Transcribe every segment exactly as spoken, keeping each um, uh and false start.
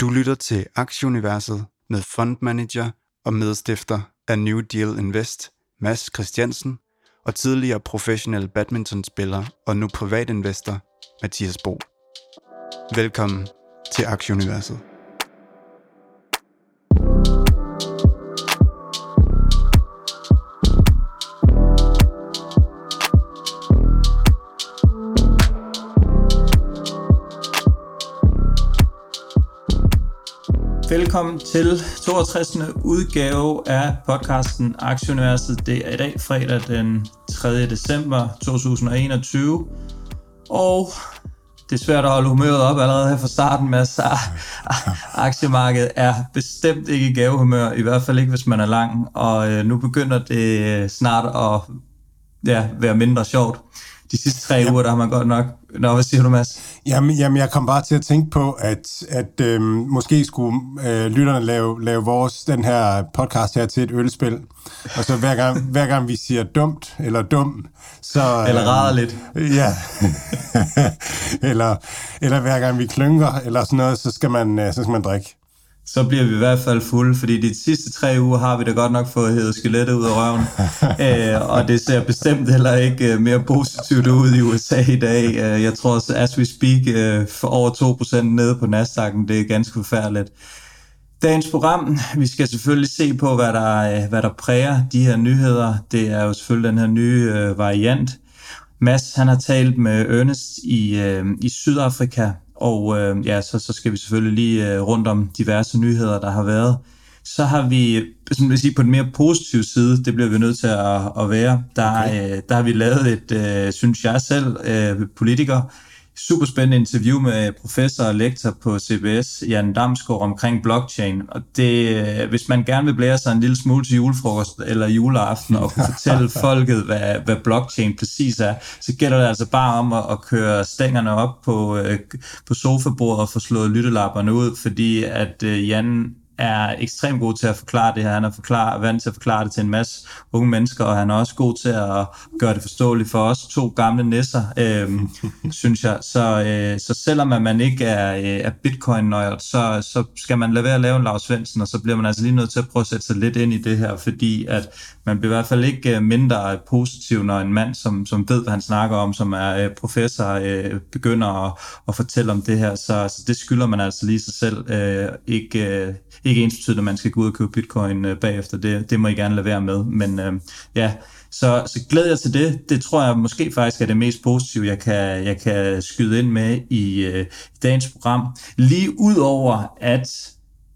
Du lytter til Aktieuniverset med fondmanager og medstifter af New Deal Invest, Mads Christiansen, og tidligere professionel badmintonspiller og nu privatinvestor, Mathias Bo. Velkommen til Aktieuniverset. Velkommen til toogtresinde udgave af podcasten Aktieuniverset. Det er i dag fredag den tredje december to tusind og enogtyve, og det er svært at holde humøret op allerede her fra starten med, at aktiemarkedet er bestemt ikke i gavehumør, i hvert fald ikke hvis man er lang, og nu begynder det snart at ja, være mindre sjovt. De sidste tre ja. uger, der har man godt nok... Nå, hvad siger du, Mads? Jamen, jamen jeg kom bare til at tænke på, at, at øhm, måske skulle øh, lytterne lave, lave vores, den her podcast her til et ølspil. Og så hver gang, hver gang vi siger dumt eller dum, så... Øh, eller rædderligt. Ja. eller, eller hver gang vi klynker, eller sådan noget, så skal man, øh, så skal man drikke. Så bliver vi i hvert fald fulde, fordi de sidste tre uger har vi da godt nok fået hævet skelettet ud af røven. Æ, og det ser bestemt heller ikke mere positivt ud i U S A i dag. Æ, jeg tror, as we speak, for over to procent nede på Nasdaq'en, det er ganske forfærdeligt. Dagens program, vi skal selvfølgelig se på, hvad der, hvad der præger de her nyheder. Det er jo selvfølgelig den her nye øh, variant. Mads, han har talt med Ernest i, øh, i Sydafrika, og øh, ja, så, så skal vi selvfølgelig lige øh, rundt om diverse nyheder, der har været. Så har vi, som vil sige, på den mere positive side, det bliver vi nødt til at, at være, der, okay. øh, der har vi lavet et, øh, synes jeg selv, øh, politiker, super spændende interview med professor og lektor på C B S, Jan Damsgaard, omkring blockchain. Og det, hvis man gerne vil blære sig en lille smule til julefrokost eller juleaften og kunne fortælle folket, hvad, hvad blockchain præcis er, så gælder det altså bare om at, at køre stængerne op på, på sofabordet og få slået lyttelapperne ud, fordi at Jan er ekstremt god til at forklare det her. Han er forklare, vant til at forklare det til en masse unge mennesker, og han er også god til at gøre det forståeligt for os to gamle nisser, øh, synes jeg. Så, øh, så selvom at man ikke er, er bitcoin-nøjert, så, så skal man lade være at lave en Lars Svendsen, og så bliver man altså lige nødt til at prøve at sætte sig lidt ind i det her, fordi at man bliver i hvert fald ikke mindre positiv, når en mand, som, som ved, hvad han snakker om, som er professor, øh, begynder at, at fortælle om det her. Så, så det skylder man altså lige sig selv. Øh, ikke, øh, ikke ens betyder, at man skal gå ud og købe bitcoin øh, bagefter. Det, det må I gerne lade være med. Men øh, ja, så, så glæder jeg til det. Det tror jeg måske faktisk er det mest positive, jeg kan, jeg kan skyde ind med i, øh, i dagens program. Lige ud over, at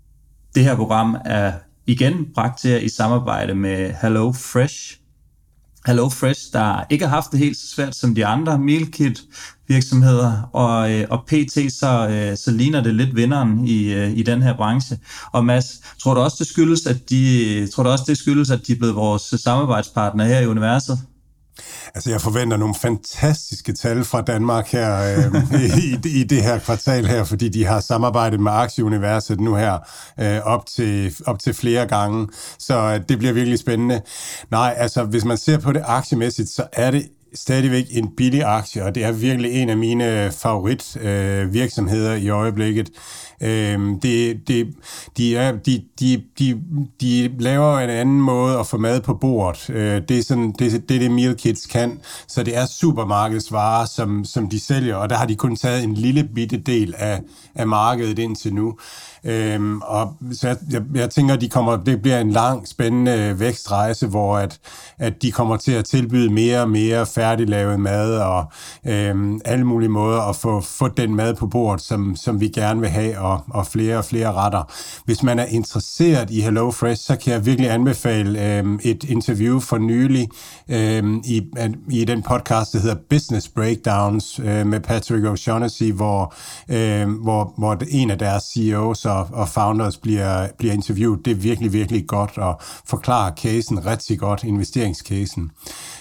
det her program er igen bragt til i samarbejde med Hello Fresh. Hello Fresh, der ikke har haft det helt så svært som de andre meal kit virksomheder, og, og pt. Så, så ligner det lidt vinderen i, i den her branche. Og Mads, tror du også det skyldes, at de tror du også det skyldes, at de er blevet vores samarbejdspartnere her i universet? Altså, jeg forventer nogle fantastiske tal fra Danmark her øh, i, i det her kvartal her, fordi de har samarbejdet med Aktieuniverset nu her øh, op, til, op til flere gange. Så det bliver virkelig spændende. Nej, altså, hvis man ser på det aktiemæssigt, så er det stadigvæk en billig aktie, og det er virkelig en af mine favorit øh, virksomheder i øjeblikket. Øhm, det, det, de, er, de, de, de, de laver en anden måde at få mad på bordet. Øh, det er sådan, det, det, det meal kits kan. Så det er supermarkedsvarer, som, som de sælger, og der har de kun taget en lille bitte del af, af markedet indtil nu. Øhm, og så jeg, jeg tænker, de kommer, det bliver en lang, spændende vækstrejse, hvor at, at de kommer til at tilbyde mere og mere færdiglavet mad og øhm, alle mulige måder at få, få den mad på bordet, som, som vi gerne vil have, og, og flere og flere retter. Hvis man er interesseret i Hello Fresh, så kan jeg virkelig anbefale øhm, et interview for nylig øhm, i, i den podcast, der hedder Business Breakdowns øh, med Patrick O'Shaughnessy, hvor, øh, hvor, hvor en af deres C E O's og, og founders bliver, bliver interviewet. Det er virkelig, virkelig godt at forklare casen rigtig godt, investeringscasen.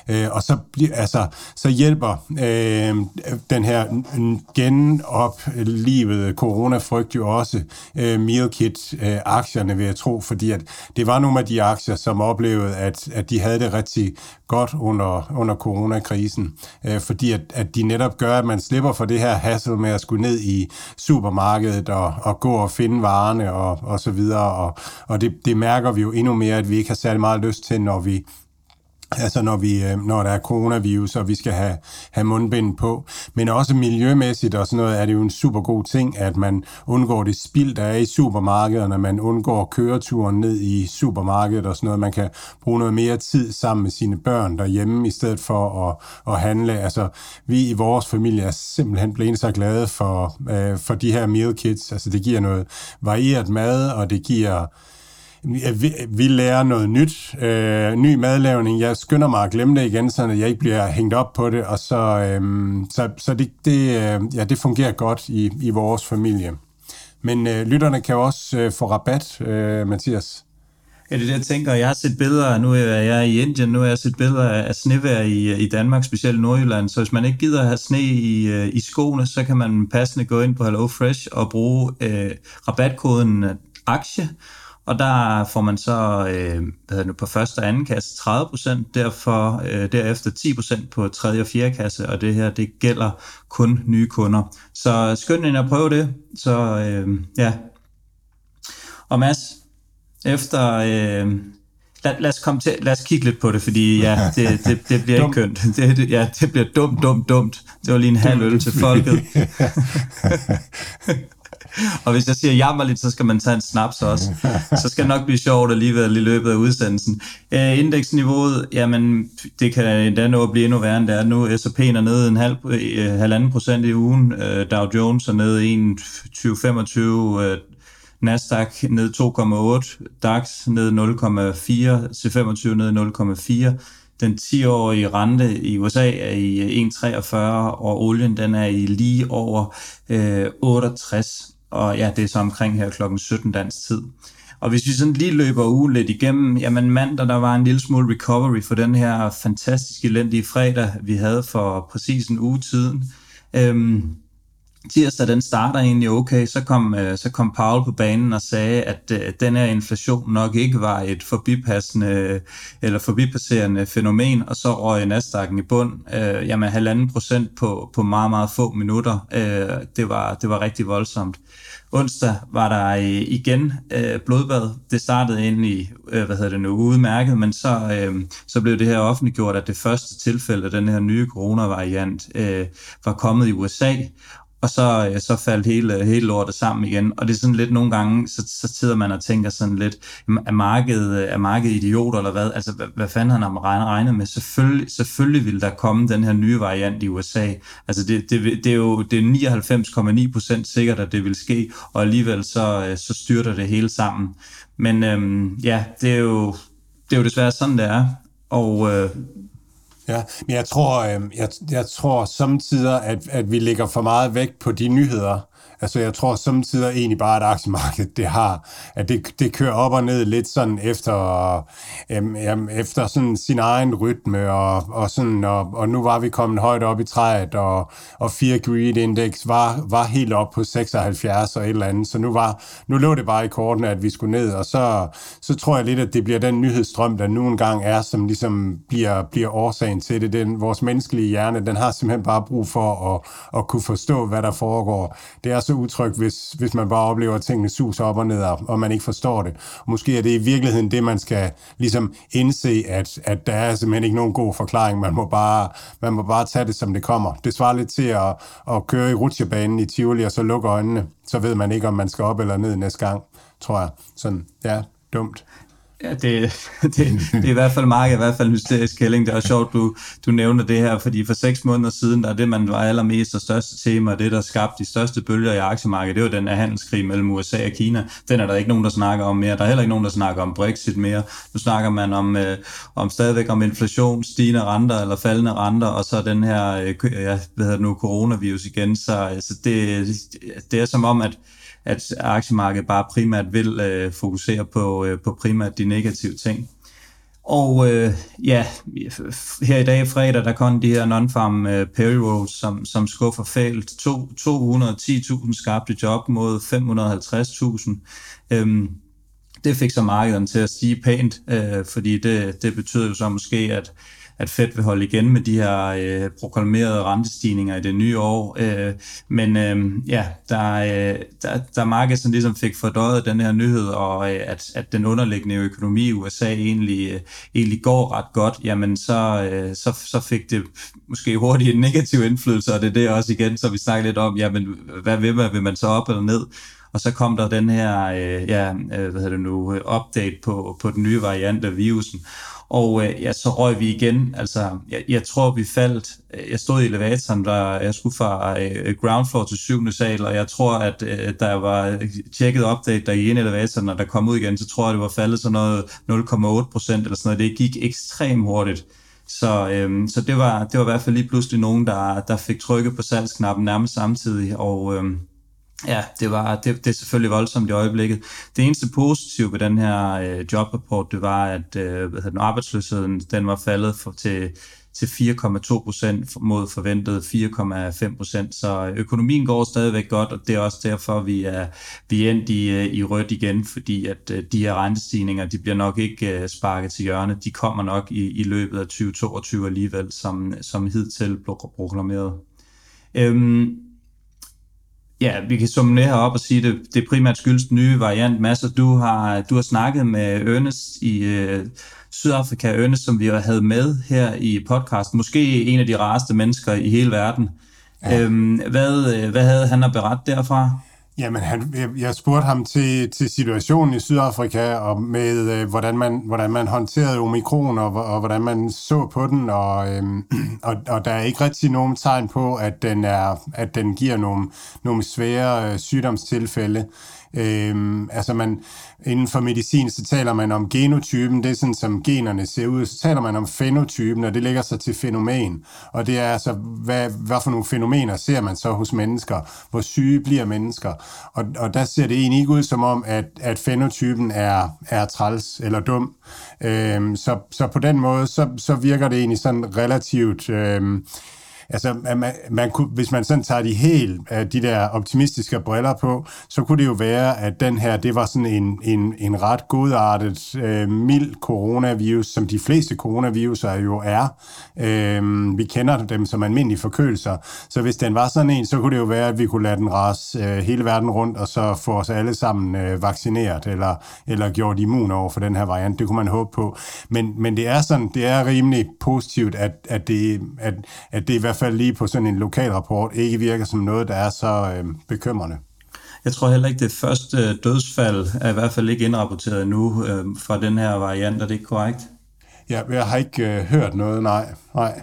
Øh, og så, altså, så hjælper øh, den her genoplivede coronafrygt jo også øh, meal kit-aktierne, øh, vil jeg tro, fordi at det var nogle af de aktier, som oplevede, at, at de havde det rigtig godt under, under coronakrisen, øh, fordi at, at de netop gør, at man slipper for det her hassle med at skulle ned i supermarkedet og, og gå og finde varerne og, og så videre, og, og det, det mærker vi jo endnu mere, at vi ikke har særlig meget lyst til, når vi Altså når, vi, når der er coronavirus, og vi skal have, have mundbind på. Men også miljømæssigt og sådan noget er det jo en super god ting, at man undgår det spild, der er i supermarkederne, man undgår køreturen ned i supermarkedet og sådan noget. Man kan bruge noget mere tid sammen med sine børn derhjemme, i stedet for at, at handle. Altså vi i vores familie er simpelthen blevet så glade for, øh, for de her meal kits. Altså det giver noget varieret mad, og det giver... Vi, vi lærer noget nyt, øh, ny madlavning. Jeg skynder mig at glemme det igen, så jeg ikke bliver hængt op på det, og så, øh, så, så det, det, ja, det fungerer godt i, i vores familie. Men øh, lytterne kan jo også øh, få rabat, øh, Mathias. Ja, det er det, jeg tænker. Jeg har set billeder, nu er jeg i Indien, nu har jeg set billeder af snevejr i, i Danmark, specielt Nordjylland, så hvis man ikke gider at have sne i, i skoene, så kan man passende gå ind på HelloFresh og bruge øh, rabatkoden aktie. Og der får man så øh, hvad det nu, på første og anden kasse tredive procent, derfor øh, derefter ti procent på tredje og fjerde kasse, og det her, det gælder kun nye kunder. Så skynd ind at prøve det. Så øh, ja. Og Mads, efter... Øh, lad, lad, os komme til, lad os kigge lidt på det, fordi ja, det, det, det bliver ikke kønt. Det, det, ja, det bliver dumt, dumt, dumt. Det var lige en halv øl til folket. Og hvis jeg siger jammerligt, så skal man tage en snaps også. Så skal det nok blive sjovt alligevel i løbet af udsendelsen. Uh, indeksniveauet, jamen, det kan endda nå at blive endnu værre end det er nu. S og P'en er nede en halv, uh, halvanden procent i ugen. Uh, Dow Jones er nede enogtyve femogtyve. Uh, Nasdaq nede to komma otte. DAX nede nul komma fire. C femogtyve nede nul komma fire. Den ti-årige rente i U S A er i en komma treogfyrre, og olien den er i lige over øh, otteogtres. Og ja, det er så omkring her klokken sytten dansk tid. Og hvis vi sådan lige løber ugen lidt igennem, jamen mandag, der var en lille smule recovery for den her fantastisk elendige fredag, vi havde for præcis en uge tiden. Øhm, tirsdag, den starter egentlig okay, så kom, så kom Powell på banen og sagde, at uh, den her inflation nok ikke var et forbipassende eller forbipasserende fænomen, og så røg Nasdaq'en i bund, uh, jamen halvanden procent på, på meget, meget få minutter. Uh, det, var, det var rigtig voldsomt. Onsdag var der igen øh, blodbad. Det startede egentlig, øh, hvad hedder det nu, udmærket, men så, øh, så blev det her offentliggjort, at det første tilfælde af den her nye coronavariant øh, var kommet i U S A, og så, øh, så faldt hele, hele lortet sammen igen. Og det er sådan lidt nogle gange, så, så sidder man og tænker sådan lidt, er markedet, er markedet idioter eller hvad? Altså, hvad, hvad fanden har man regnet med? Selvfølgelig, selvfølgelig vil der komme den her nye variant i U S A. Altså, det, det, det er jo det er nioghalvfems komma ni procent sikkert, at det vil ske, og alligevel så, så styrter det hele sammen. Men øhm, ja, det er, jo, det er jo desværre sådan, det er. Og... Øh, Ja, men jeg tror, jeg, jeg tror samtidig, at, at vi lægger for meget vægt på de nyheder. Altså, jeg tror samtidig egentlig bare, at aktiemarkedet, det har, at det, det kører op og ned lidt sådan efter, øhm, efter sådan sin egen rytme, og, og sådan, og, og nu var vi kommet højt op i træet, og, og Fear Greed Index var, var helt op på seksoghalvfjerds og et eller andet, så nu, var, nu lå det bare i kortene, at vi skulle ned, og så, så tror jeg lidt, at det bliver den nyhedsstrøm, der nu engang er, som ligesom bliver, bliver årsagen til det. Den, vores menneskelige hjerne, den har simpelthen bare brug for at, at kunne forstå, hvad der foregår. Det er så utrygt, hvis, hvis man bare oplever, at tingene suser op og ned, og man ikke forstår det. Måske er det i virkeligheden det, man skal ligesom indse, at, at der er simpelthen ikke nogen god forklaring. Man må bare, man må bare tage det, som det kommer. Det svarer lidt til at, at køre i rutsjebanen i Tivoli, og så lukke øjnene. Så ved man ikke, om man skal op eller ned næste gang, tror jeg. Sådan, ja, dumt. Ja, det, det, det er i hvert fald markedet, i hvert fald en hysterisk kælling. Det er sjovt, du, du nævner det her, fordi for seks måneder siden, der er det, man var allermest og største tema, og det, der skabte de største bølger i aktiemarkedet, det var den her handelskrig mellem U S A og Kina. Den er der ikke nogen, der snakker om mere. Der er heller ikke nogen, der snakker om Brexit mere. Nu snakker man om, øh, om stadigvæk om inflation, stigende renter eller faldende renter, og så den her, øh, ja, hvad hedder det nu, coronavirus igen. Så altså, det, det er som om, at at aktiemarkedet bare primært vil øh, fokusere på, øh, på primært de negative ting. Og øh, ja, her i dag fredag, der kom de her non-farm øh, payrolls, som, som skuffer fælt. to hundrede og ti tusind skabte job mod fem hundrede og halvtreds tusind. Øhm, det fik så markederne til at stige pænt, øh, fordi det, det betyder jo så måske, at at Fed vil holde igen med de her øh, proklamerede rentestigninger i det nye år. Øh, men øh, ja, der, øh, der, der markedet sådan ligesom fik fordøjet den her nyhed, og øh, at, at den underliggende økonomi i U S A egentlig, øh, egentlig går ret godt, jamen så, øh, så, så fik det måske hurtigt en negativ indflydelse, og det er det også igen, så vi snakker lidt om, jamen hvad vil man, vil man så op eller ned? Og så kom der den her øh, ja, hvad hedder det nu, update på, på den nye variant af virusen. Og øh, ja, så røg vi igen. Altså, jeg, jeg tror, vi faldt. Jeg stod i elevatoren, der jeg skulle fra øh, ground floor til syvende sal, og jeg tror, at øh, der var tjekket update der i en elevatoren, og der kom ud igen, så tror jeg, det var faldet sådan noget nul komma otte procent eller sådan noget. Det gik ekstremt hurtigt. Så, øh, så det, var, det var i hvert fald lige pludselig nogen, der, der fik trykket på salgsknappen nærmest samtidig, og øh, ja, det, var, det, det er selvfølgelig voldsomt i øjeblikket. Det eneste positive ved den her øh, jobrapport, det var, at øh, arbejdsløsheden den var faldet for, til, til fire komma to procent mod forventet fire komma fem procent. Så økonomien går stadigvæk godt, og det er også derfor, vi er, vi er endt i, i rødt igen, fordi at øh, de her rentestigninger, de bliver nok ikke øh, sparket til hjørne. De kommer nok i, i løbet af tyve toogtyve alligevel, som, som hidtil blev proklameret. Øhm, Ja, vi kan summe det her op og sige, at det, det primært skyldes den nye variant. Mads, du har, du har snakket med Ernest i øh, Sydafrika, Ernest, som vi havde med her i podcast. Måske en af de rareste mennesker i hele verden. Ja. Øhm, hvad, hvad havde han at berette derfra? Jamen, han, jeg, jeg spurgte ham til, til situationen i Sydafrika, og med øh, hvordan, man, hvordan man håndterede omikron, og, og hvordan man så på den, og, øhm, og, og der er ikke rigtig nogen tegn på, at den, er, at den giver nogle, nogle svære øh, sygdomstilfælde. Øhm, altså man, inden for medicin, så taler man om genotypen, det er sådan, som generne ser ud, så taler man om fænotypen, og det lægger sig til fænomen, og det er altså, hvad, hvad for nogle fænomener ser man så hos mennesker, hvor syge bliver mennesker, og, og der ser det egentlig ikke ud som om, at, at fænotypen er, er træls eller dum, øhm, så, så på den måde, så, så virker det egentlig sådan relativt... Øhm, Altså, man, man kunne, hvis man sådan tager de helt de der optimistiske briller på, så kunne det jo være, at den her, det var sådan en, en, en ret godartet, øh, mild coronavirus, som de fleste coronaviruser jo er. Øh, vi kender dem som almindelige forkølelser, så hvis den var sådan en, så kunne det jo være, at vi kunne lade den rase øh, hele verden rundt, og så få os alle sammen øh, vaccineret, eller, eller gjort immun over for den her variant. Det kunne man håbe på. Men, men det er sådan, det er rimelig positivt, at, at, det, at, at det i hvert fald lige på sådan en lokal rapport ikke virker som noget, der er så øh, bekymrende. Jeg tror heller ikke, det første dødsfald er i hvert fald ikke indrapporteret endnu øh, fra den her variant, er det ikke korrekt? Ja, jeg har ikke øh, hørt noget, nej. nej.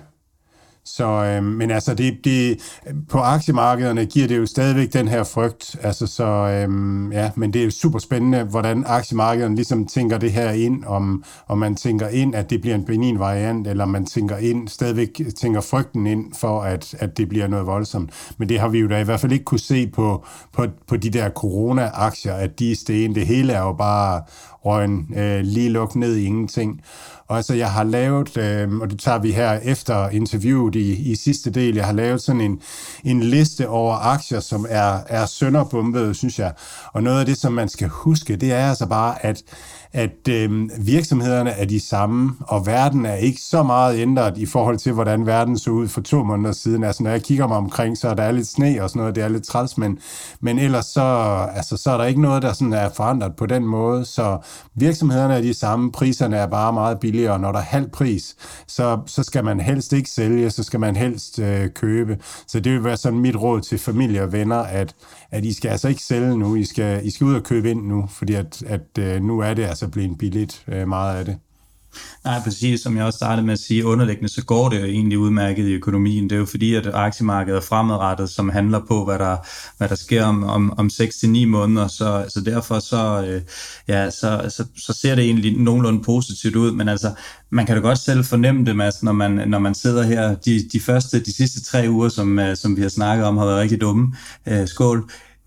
Så, øh, men altså, det, det, på aktiemarkederne giver det jo stadigvæk den her frygt. Altså, så, øh, ja, men det er jo super spændende, hvordan aktiemarkederne ligesom tænker det her ind, om, om man tænker ind, at det bliver en benign variant, eller man tænker ind, stadigvæk tænker frygten ind for, at, at det bliver noget voldsomt. Men det har vi jo da i hvert fald ikke kunne se på, på, på de der corona-aktier, at de er stegen. Det hele er jo bare røgen øh, lige lukket ned i ingenting. Og altså, jeg har lavet, øh, og det tager vi her efter interviewet i, i sidste del, jeg har lavet sådan en, en liste over aktier, som er, er sønderbumpede, synes jeg. Og noget af det, som man skal huske, det er altså bare, at, at øh, virksomhederne er de samme, og verden er ikke så meget ændret i forhold til, hvordan verden så ud for to måneder siden. Altså, når jeg kigger mig omkring, så er der lidt sne og sådan noget, det er lidt træls, men, men ellers så, altså, så er der ikke noget, der sådan er forandret på den måde. Så virksomhederne er de samme, priserne er bare meget billigere, og når der er halv pris, så, så skal man helst ikke sælge, så skal man helst øh, købe. Så det vil være sådan mit råd til familie og venner, at, at I skal altså ikke sælge nu, I skal, I skal ud og købe ind nu, fordi at, at øh, nu er det altså blevet billigt, øh, meget af det. Nej, præcis, som jeg også startede med at sige, underliggende, så går det jo egentlig udmærket i økonomien. Det er jo fordi, at aktiemarkedet er fremadrettet, som handler på, hvad der, hvad der sker om, om, om seks til ni måneder. Så, så derfor så, øh, ja, så, så, så ser det egentlig nogenlunde positivt ud. Men altså, man kan da godt selv fornemme det, Mads, når man, når man sidder her. De, de første, de sidste tre uger, som, som vi har snakket om, har været rigtig dumme. Øh, skål.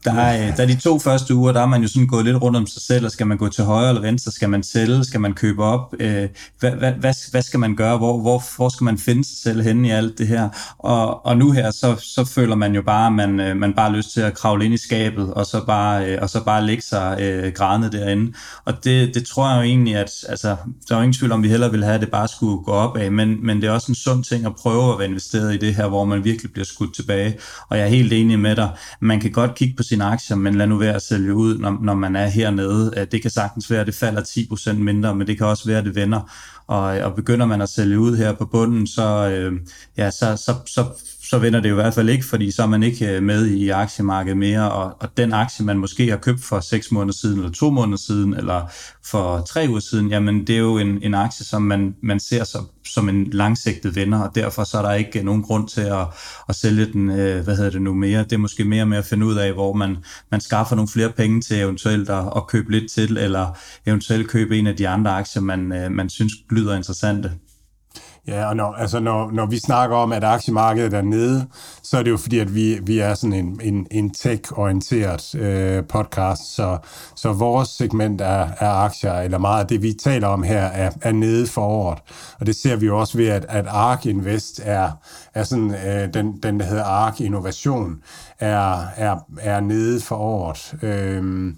Der er, der er de to første uger, der er man jo sådan gået lidt rundt om sig selv, og skal man gå til højre eller venstre, skal man sælge, skal man købe op, øh, hvad, hvad, hvad, hvad skal man gøre, hvor, hvor, hvor skal man finde sig selv henne i alt det her, og, og nu her, så, så føler man jo bare, at man, man bare har lyst til at kravle ind i skabet, og så bare, øh, og så bare lægge sig øh, grædende derinde, og det, det tror jeg jo egentlig, at altså, der er jo ingen tvivl om, vi hellere vil have, at det bare skulle gå op af, men, men det er også en sund ting at prøve at være investeret i det her, hvor man virkelig bliver skudt tilbage, og jeg er helt enig med dig, man kan godt kigge på sine aktier, men lad nu være at sælge ud, når, når man er hernede. Det kan sagtens være, at det falder ti procent mindre, men det kan også være, at det vender. Og, og begynder man at sælge ud her på bunden, så, øh, ja, så, så, så, så vender det jo i hvert fald ikke, fordi så er man ikke med i aktiemarkedet mere, og, og den aktie, man måske har købt for seks måneder siden, eller to måneder siden, eller for tre uger siden, jamen det er jo en, en aktie, som man, man ser som, som en langsigtet vinder, og derfor så er der ikke nogen grund til at, at sælge den, øh, hvad hedder det nu mere. Det er måske mere med at finde ud af, hvor man, man skaffer nogle flere penge til eventuelt at, at købe lidt til, eller eventuelt købe en af de andre aktier, man, øh, man synes lyder interessante. Ja, og når, altså når, når vi snakker om, at aktiemarkedet er nede, så er det jo fordi, at vi, vi er sådan en, en, en tech-orienteret øh, podcast, så, så vores segment er, er aktier, eller meget af det, vi taler om her, er, er nede for året. Og det ser vi jo også ved, at, at ARK Invest er, er sådan, øh, den, den, der hedder ARK Innovation, er, er, er nede for året. Øh,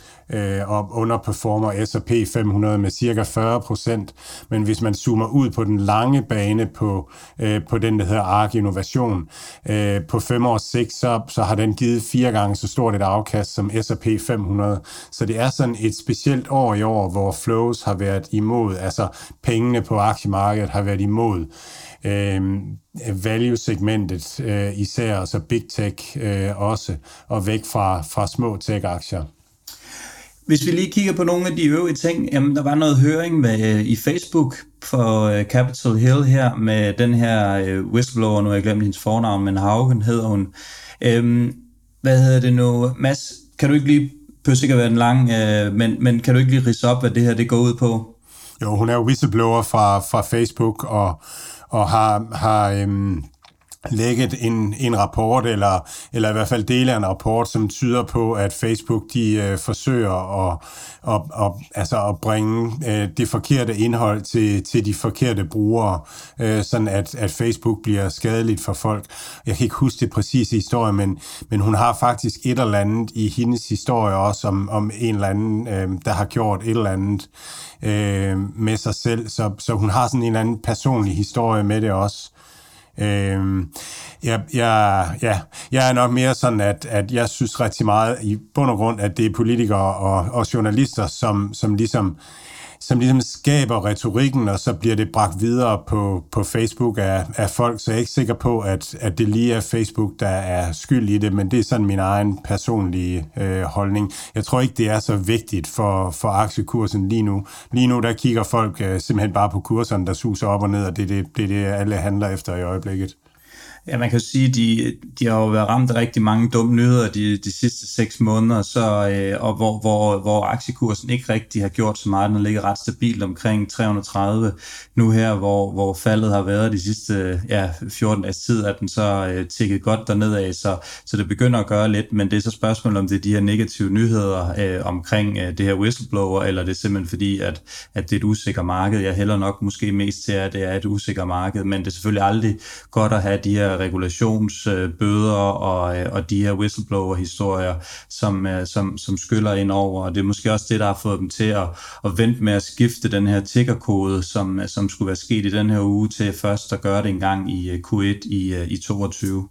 og underperformer S og P fem hundrede med cirka fyrre procent. Men hvis man zoomer ud på den lange bane på, øh, på den, der hedder ARK Innovation, øh, på fem års sigt, så, så har den givet fire gange så stort et afkast som S og P fem hundrede. Så det er sådan et specielt år i år, hvor flows har været imod, altså pengene på aktiemarkedet har været imod øh, value-segmentet øh, især, altså big tech øh, også, og væk fra, fra små tech-aktier. Hvis vi lige kigger på nogle af de øvrige ting, jamen der var noget høring med, i Facebook for uh, Capitol Hill her, med den her uh, whistleblower, nu har jeg glemt hendes fornavn, men Haugen hedder hun. Um, hvad hedder det nu? Mads, kan du ikke lige, behøver sikkert være en lang, uh, men, men kan du ikke lige ridse op, hvad det her det går ud på? Jo, hun er jo whistleblower fra, fra Facebook, og, og har... har um lægget en, en rapport, eller, eller i hvert fald dele af en rapport, som tyder på, at Facebook de øh, forsøger at, at, at, altså at bringe øh, det forkerte indhold til, til de forkerte brugere, øh, sådan at, at Facebook bliver skadeligt for folk. Jeg kan ikke huske det præcise historie, men, men hun har faktisk et eller andet i hendes historie også om, om en eller anden, øh, der har gjort et eller andet øh, med sig selv, så, så hun har sådan en eller anden personlig historie med det også. Øhm, jeg, jeg, ja, jeg er nok mere sådan, at, at jeg synes rigtig meget i bund og grund, at det er politikere og, og journalister, som, som, ligesom, som ligesom skaber retorikken, og så bliver det bragt videre på, på Facebook af, af folk, så jeg er ikke sikker på, at, at det lige er Facebook, der er skyld i det, men det er sådan min egen personlige øh, holdning. Jeg tror ikke, det er så vigtigt for, for aktiekursen lige nu. Lige nu, der kigger folk øh, simpelthen bare på kurserne, der suser op og ned, og det er det, det, det, alle handler efter i øjeblikket. Ja, man kan jo sige, at de, de har jo været ramt af rigtig mange dumme nyheder de, de sidste seks måneder, så, øh, og hvor, hvor, hvor aktiekursen ikke rigtig har gjort så meget. Den ligger ret stabilt omkring tre hundrede og tredive. Nu her, hvor, hvor faldet har været de sidste ja, fjorten dages tid, er den så øh, tikket godt dernedad, så, så det begynder at gøre lidt, men det er så spørgsmålet, om det er de her negative nyheder øh, omkring øh, det her whistleblower, eller det er simpelthen fordi, at, at det er et usikker marked. Jeg hælder nok måske mest til, at det er et usikker marked, men det er selvfølgelig aldrig godt at have de her regulationsbøder og, og de her whistleblower-historier, som, som, som skyller ind over, og det er måske også det, der har fået dem til at, at vente med at skifte den her tickerkode, som, som skulle være sket i den her uge, til først at gøre det en gang i Q et i, i toogtyve.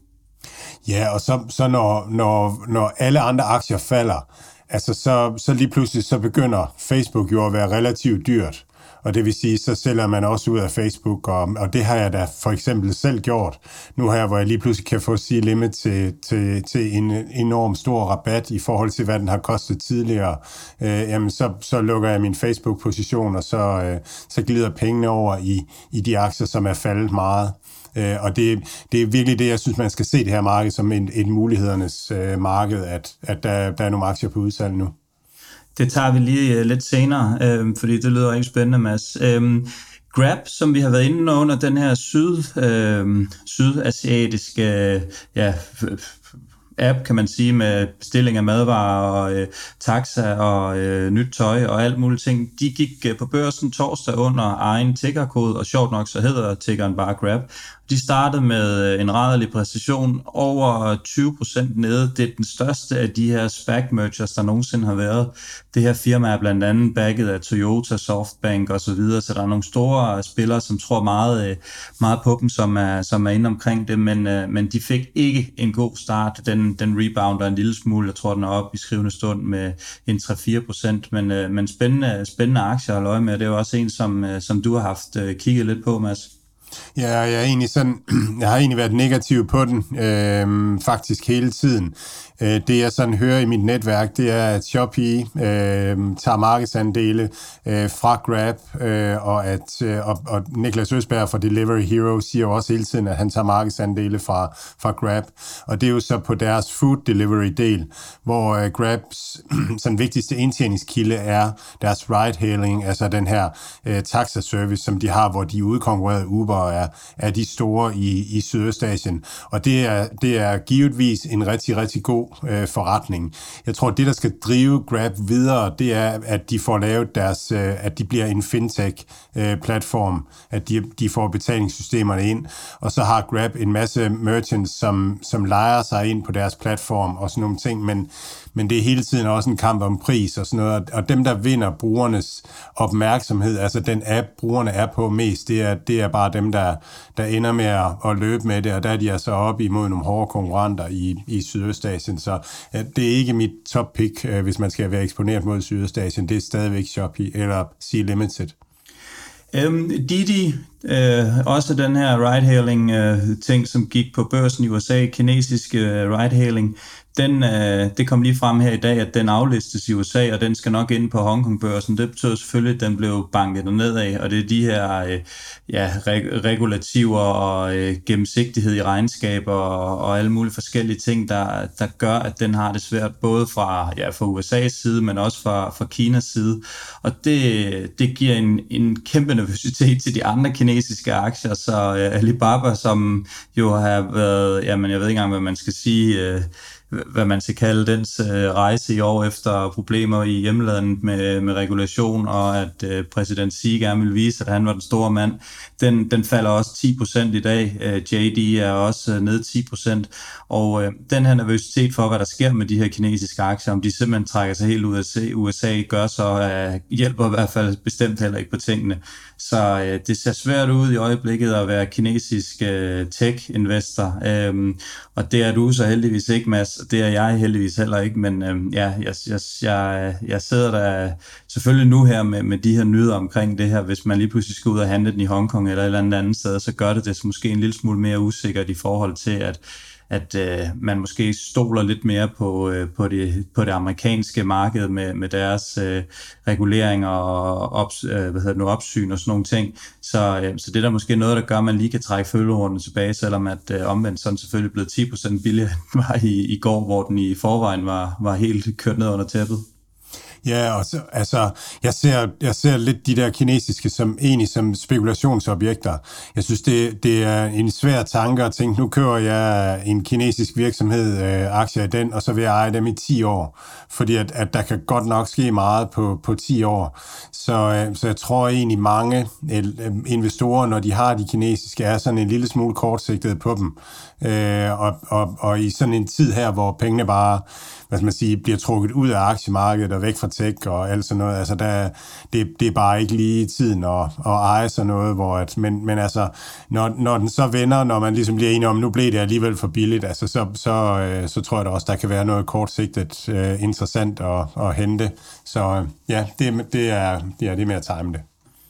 Ja, og så, så når, når, når alle andre aktier falder, altså så, så lige pludselig så begynder Facebook jo at være relativt dyrt. Og det vil sige, så sælger man også ud af Facebook, og, og det har jeg da for eksempel selv gjort. Nu her, hvor jeg lige pludselig kan få C-limit til, til, til en enorm stor rabat i forhold til, hvad den har kostet tidligere, øh, jamen så, så lukker jeg min Facebook-position, og så, øh, så glider pengene over i, i de aktier, som er faldet meget. Øh, og det, det er virkelig det, jeg synes, man skal se det her marked som en, et mulighedernes øh, marked, at, at der, der er nogle aktier på udsalg nu. Det tager vi lige uh, lidt senere, øh, fordi det lyder rigtig spændende, Mads. Øh, Grab, som vi har været inde under, den her syd, øh, sydasiatiske, ja, app, kan man sige, med bestilling af madvarer og øh, taxa og øh, nyt tøj og alt muligt ting. De gik øh, på børsen torsdag under egen tickerkode, og sjovt nok så hedder tickeren bare Grab. De startede med en rædderlig præcision over tyve procent nede. Det er den største af de her SPAC-mergers, der nogensinde har været. Det her firma er blandt andet backet af Toyota, Softbank og så videre, så der er nogle store spillere, som tror meget, meget på dem, som er, som er inde omkring det, men, men de fik ikke en god start. Den, den rebounder en lille smule, jeg tror, den er oppe i skrivende stund med en tre til fire procent, men, men spændende, spændende aktier at løje med. Det er jo også en, som, som du har haft kigget lidt på, Mads. Ja, jeg er egentlig sådan, jeg har egentlig været negativ på den, øh, faktisk hele tiden. Øh, det jeg sådan hører i mit netværk, det er, at Shopee øh, tager markedsandele øh, fra Grab, øh, og at øh, og, og Niklas Østberg fra Delivery Hero siger jo også hele tiden, at han tager markedsandele fra, fra Grab, og det er jo så på deres food delivery-del, hvor øh, Grabs sådan vigtigste indtjeningskilde er deres ride-hailing, altså den her øh, taxa-service, som de har, hvor de udkonkurrerer Uber og er, er de store i, i Sydøstasien. Og det er, det er givetvis en rigtig, rigtig god øh, forretning. Jeg tror, det, der skal drive Grab videre, det er, at de får lavet deres, øh, at de bliver en fintech-platform, øh, at de, de får betalingssystemerne ind, og så har Grab en masse merchants, som, som lejer sig ind på deres platform og sådan nogle ting, men, men det er hele tiden også en kamp om pris og sådan noget, og dem, der vinder brugernes opmærksomhed, altså den app, brugerne er på mest, det er, det er bare dem, der, der ender med at, at løbe med det, og der er de altså op imod nogle hårde konkurrenter i, i Sydøstasien, så ja, det er ikke mit top pick, øh, hvis man skal være eksponeret mod Sydøstasien, det er stadigvæk Shopee eller Sea Limited. Um, Didi, øh, også den her ride-hailing øh, ting, som gik på børsen i U S A, kinesisk øh, ride-hailing, den, øh, det kom lige frem her i dag, at den aflistes i U S A, og den skal nok ind på Hongkong-børsen. Det betyder selvfølgelig, at den blev banket nedad, og det er de her øh, ja, reg- regulativer og øh, gennemsigtighed i regnskaber og, og alle mulige forskellige ting, der, der gør, at den har det svært, både fra, ja, fra U S A's side, men også fra, fra Kinas side. Og det, det giver en, en kæmpe nervøsitet til de andre kinesiske aktier, så øh, Alibaba, som jo har været, jamen jeg ved ikke engang, hvad man skal sige, øh, hvad man skal kalde dens øh, rejse i år efter problemer i hjemlandet med, med regulation, og at øh, præsident Xi gerne vil vise, at han var den store mand. Den, den falder også ti procent i dag. Øh, J D er også øh, ned ti procent. Og øh, den her nervøsitet for, hvad der sker med de her kinesiske aktier, om de simpelthen trækker sig helt ud af U S A, gør så, øh, hjælper i hvert fald bestemt heller ikke på tingene. Så øh, det ser svært ud i øjeblikket at være kinesisk øh, tech-investor. Øhm, og det er du så heldigvis ikke, Mads. Det er jeg heldigvis heller ikke, men øh, ja, jeg, jeg, jeg, jeg sidder der selvfølgelig nu her med, med de her nyheder omkring det her. Hvis man lige pludselig skal ud og handle den i Hongkong eller et eller andet andet sted, så gør det det måske en lille smule mere usikkert i forhold til, at at øh, man måske stoler lidt mere på, øh, på, det, på det amerikanske marked med, med deres øh, reguleringer og ops, øh, hvad hedder det nu, opsyn og sådan nogle ting. Så, øh, så det er der måske noget, der gør, at man lige kan trække følgeordene tilbage, selvom at øh, omvendt sådan selvfølgelig blevet ti procent billigere, end var i, i går, hvor den i forvejen var, var helt kørt ned under tæppet. Ja, og så, altså, jeg ser, jeg ser lidt de der kinesiske som egentlig som spekulationsobjekter. Jeg synes, det, det er en svær tanke at tænke, nu kører jeg en kinesisk virksomhed, øh, aktier i den, og så vil jeg eje dem i ti år. Fordi at, at der kan godt nok ske meget på, på ti år. Så, øh, så jeg tror egentlig mange øh, investorer, når de har de kinesiske, er sådan en lille smule kortsigtet på dem. Øh, og, og, og i sådan en tid her, hvor pengene bare, hvad skal man sige, bliver trukket ud af aktiemarkedet og væk fra tech og alt sådan noget, altså der, det, det er bare ikke lige tiden at, at eje sådan noget, hvor at, men, men altså, når, når den så vender, når man ligesom bliver enig om, nu blev det alligevel for billigt, altså så, så, øh, så tror jeg da også, der kan være noget kortsigtet øh, interessant at, at hente. Så øh, ja, det, det, er, ja, det er med at time det.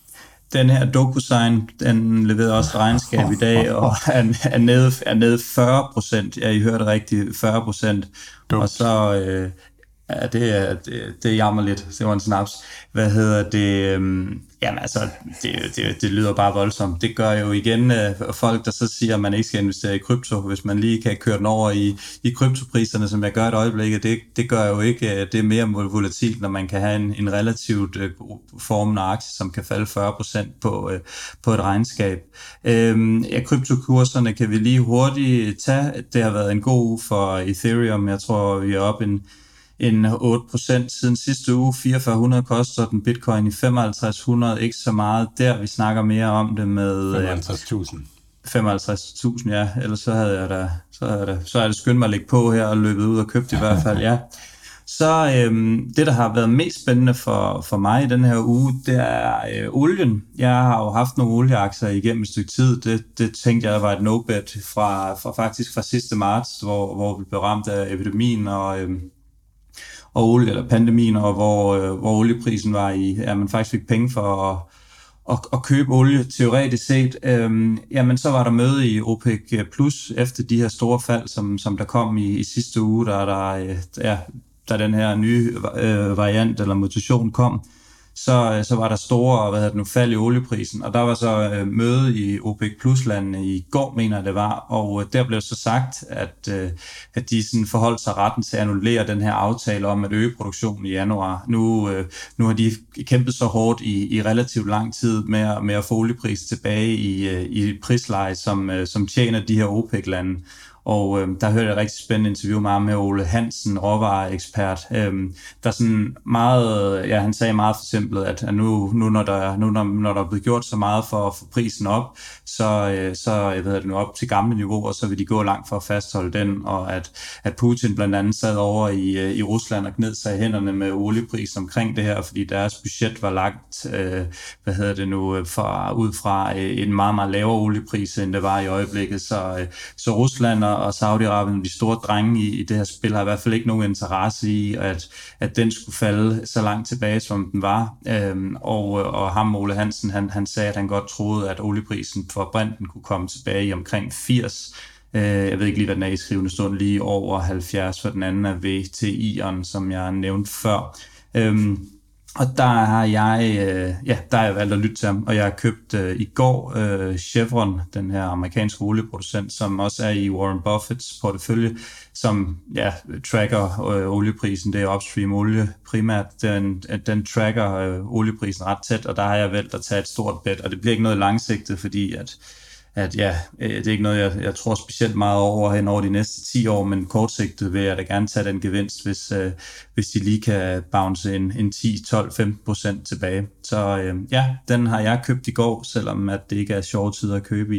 Den her DocuSign, den leverede også regnskab i dag, og er, er, nede, er nede fyrre procent. Ja, I hørte rigtigt, fyrre procent. Og så, øh, Ja, det er, det, det er jammerligt. Det var en snaps. Hvad hedder det? Um, jamen altså, det, det, det lyder bare voldsomt. Det gør jo igen uh, folk, der så siger, at man ikke skal investere i krypto, hvis man lige kan køre den over i, i kryptopriserne, som jeg gør et øjeblik. Det, det gør jo ikke, uh, det er mere volatilt, når man kan have en, en relativt uh, formende aktie, som kan falde fyrre procent på, uh, på et regnskab. Um, ja, kryptokurserne kan vi lige hurtigt tage. Det har været en god uge for Ethereum. Jeg tror, vi er oppe en en otte procent siden sidste uge. fireogfyrre hundrede koster den, Bitcoin i femoghalvtreds hundrede, ikke så meget der. Vi snakker mere om det med femoghalvtreds tusind. femoghalvtreds tusind, ja. Ellers så havde jeg da, så havde jeg, så havde jeg skyndt mig at lægge på her og løbet ud og købt i hvert fald, ja. Så øhm, det, der har været mest spændende for, for mig i den her uge, det er øh, olien. Jeg har jo haft nogle olieaktier igennem et stykke tid. Det, det tænkte jeg var et no-bet fra, fra faktisk fra sidste marts, hvor, hvor vi blev ramt af epidemien og øhm, og olie, eller pandemien, og hvor, øh, hvor olieprisen var i, ja, man faktisk fik penge for at, at, at købe olie, teoretisk set. Øhm, jamen, så var der møde i OPEC Plus, efter de her store fald, som, som der kom i, i sidste uge, der der, øh, ja, der den her nye øh, variant, eller mutation kom. Så, så var der store hvad hedder det nu, fald i olieprisen, og der var så øh, møde i OPEC Plus-landene i går, mener jeg det var, og øh, der blev så sagt, at, øh, at de sådan forholdt sig retten til at annullere den her aftale om at øge produktionen i januar. Nu, øh, nu har de kæmpet så hårdt i, i relativt lang tid med, med at få oliepris tilbage i, øh, i prisleje, som, øh, som tjener de her OPEC-lande. Og øh, der hørte jeg et rigtig spændende interview med ham med Ole Hansen, råvareekspert. Øhm, der er sådan meget, ja, han sagde meget for simpelt, at nu, nu, når, der, nu når, når der er blevet gjort så meget for at få prisen op, så, øh, så jeg ved det nu op til gamle niveauer, så vil de gå langt for at fastholde den, og at, at Putin blandt andet sad over i, i Rusland og gned sig i hænderne med olieprisen omkring det her, fordi deres budget var lagt, øh, hvad hedder det nu, fra, ud fra en meget, meget lavere oliepris, end det var i øjeblikket. Så, øh, så Rusland og og Saudi-Arabien, de store drenge i, i det her spil, har i hvert fald ikke nogen interesse i, at, at den skulle falde så langt tilbage, som den var. Øhm, og, og ham, Ole Hansen, han, han sagde, at han godt troede, at olieprisen for Brenten kunne komme tilbage i omkring firs. Øh, jeg ved ikke lige, hvad den er i skrivende stund, lige over halvfjerds, for den anden er V T I'eren, som jeg nævnte før. Øhm, Og der har jeg, øh, ja, der har jeg valgt at lytte til ham, og jeg har købt øh, i går øh, Chevron, den her amerikanske olieproducent, som også er i Warren Buffetts portefølje, som ja, tracker øh, olieprisen. Det er upstream olie primært. Den, den tracker øh, olieprisen ret tæt, og der har jeg valgt at tage et stort bet, og det bliver ikke noget langsigtet, fordi at at ja, det er ikke noget, jeg, jeg tror specielt meget over hen over de næste ti år, men kortsigtet vil jeg da gerne tage den gevinst, hvis, øh, hvis de lige kan bounce en, en ti, tolv, femten procent tilbage. Så øh, ja, den har jeg købt i går, selvom at det ikke er sjove tider at købe i.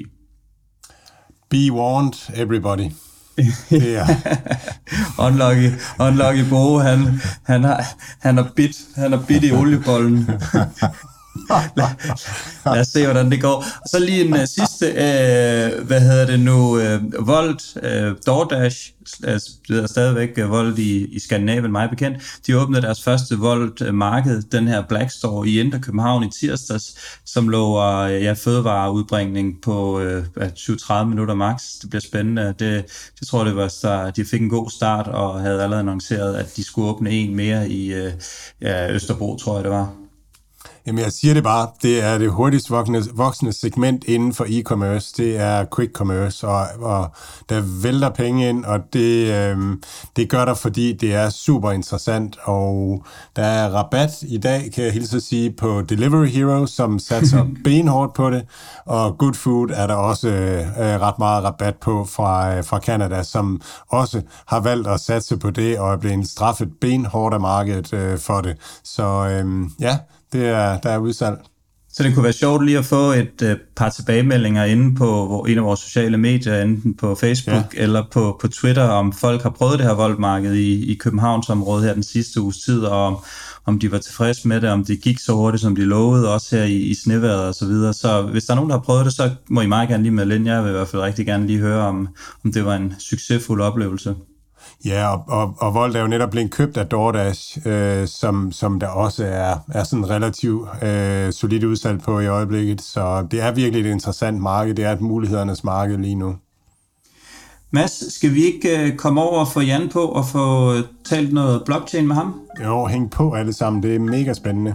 Be warned, everybody. Det er. unlucky, unlucky Bo, han, han, har, han har bit, han har bit i oliebollen. lad, lad os se, hvordan det går. Og så lige en uh, sidste, uh, hvad hedder det nu, uh, Volt, uh, DoorDash, det er stadigvæk uh, Volt i, i Skandinavien, meget bekendt. De åbnede deres første Volt-marked, den her Black Store i Indre København i tirsdags, som lover uh, ja, fødevareudbringning på uh, tyve til tredive minutter max. Det bliver spændende. Det, det tror jeg, det var, så de fik en god start og havde allerede annonceret, at de skulle åbne en mere i uh, ja, Østerbro, tror jeg det var. Jamen, jeg siger det bare, det er det hurtigst voksende, voksende segment inden for e-commerce, det er quick commerce, og, og der vælter penge ind, og det, øh, det gør der, fordi det er super interessant, og der er rabat i dag, kan jeg hilse at sige, på Delivery Hero, som satser benhårdt på det, og Good Food er der også øh, ret meget rabat på fra, øh, fra Canada, som også har valgt at satse på det, og er blevet straffet benhårdt af markedet øh, for det. Så øh, ja, Det er, der er udsalg. Så det kunne være sjovt lige at få et øh, par tilbagemeldinger inde på en af vores sociale medier, enten på Facebook ja. eller på, på Twitter, om folk har prøvet det her Volt-marked i, i Københavnsområdet her den sidste uges tid, og om, om de var tilfredse med det, om det gik så hurtigt, som de lovede, også her i, i snevejret og så videre. Så hvis der er nogen, der har prøvet det, så må I meget gerne lige melde ind. Jeg vil i hvert fald rigtig gerne lige høre, om, om det var en succesfuld oplevelse. Ja, og, og, og Volt er jo netop blevet købt af DoorDash, øh, som, som der også er, er sådan relativt øh, solidt udsalg på i øjeblikket. Så det er virkelig et interessant marked. Det er et mulighedernes marked lige nu. Mads, skal vi ikke uh, komme over og få Jan på og få uh, talt noget blockchain med ham? Jo, hæng på alle sammen. Det er mega spændende.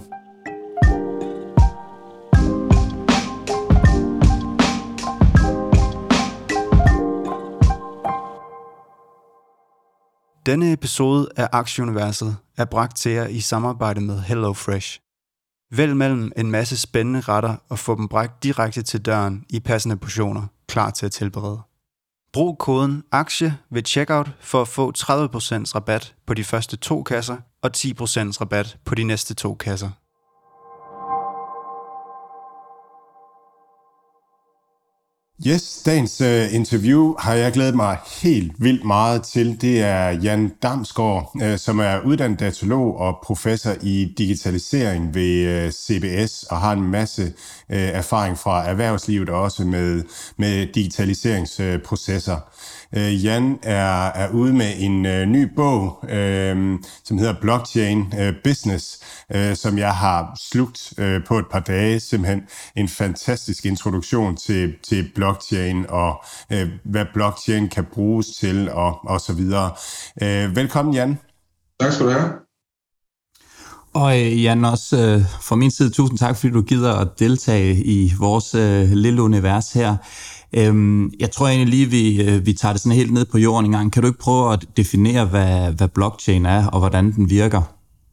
Denne episode af Aktieuniverset er bragt til jer i samarbejde med HelloFresh. Vælg mellem en masse spændende retter og få dem bragt direkte til døren i passende portioner, klar til at tilberede. Brug koden AKTIE ved checkout for at få tredive procent rabat på de første to kasser og ti procent rabat på de næste to kasser. Yes, dagens uh, interview har jeg glædet mig helt vildt meget til. Det er Jan Damsgaard, uh, som er uddannet datolog og professor i digitalisering ved uh, C B S og har en masse uh, erfaring fra erhvervslivet også med, med digitaliseringsprocesser. Uh, Jan er, er ude med en uh, ny bog, uh, som hedder Blockchain uh, Business, uh, som jeg har slugt uh, på et par dage. Simpelthen en fantastisk introduktion til, til blockchain og uh, hvad blockchain kan bruges til og, og så videre. Uh, velkommen, Jan. Tak skal du have. Og uh, Jan, også uh, fra min side, tusind tak, fordi du gider at deltage i vores uh, lille univers her. Jeg tror egentlig lige, vi, vi tager det sådan helt ned på jorden en gang. Kan du ikke prøve at definere, hvad, hvad blockchain er, og hvordan den virker?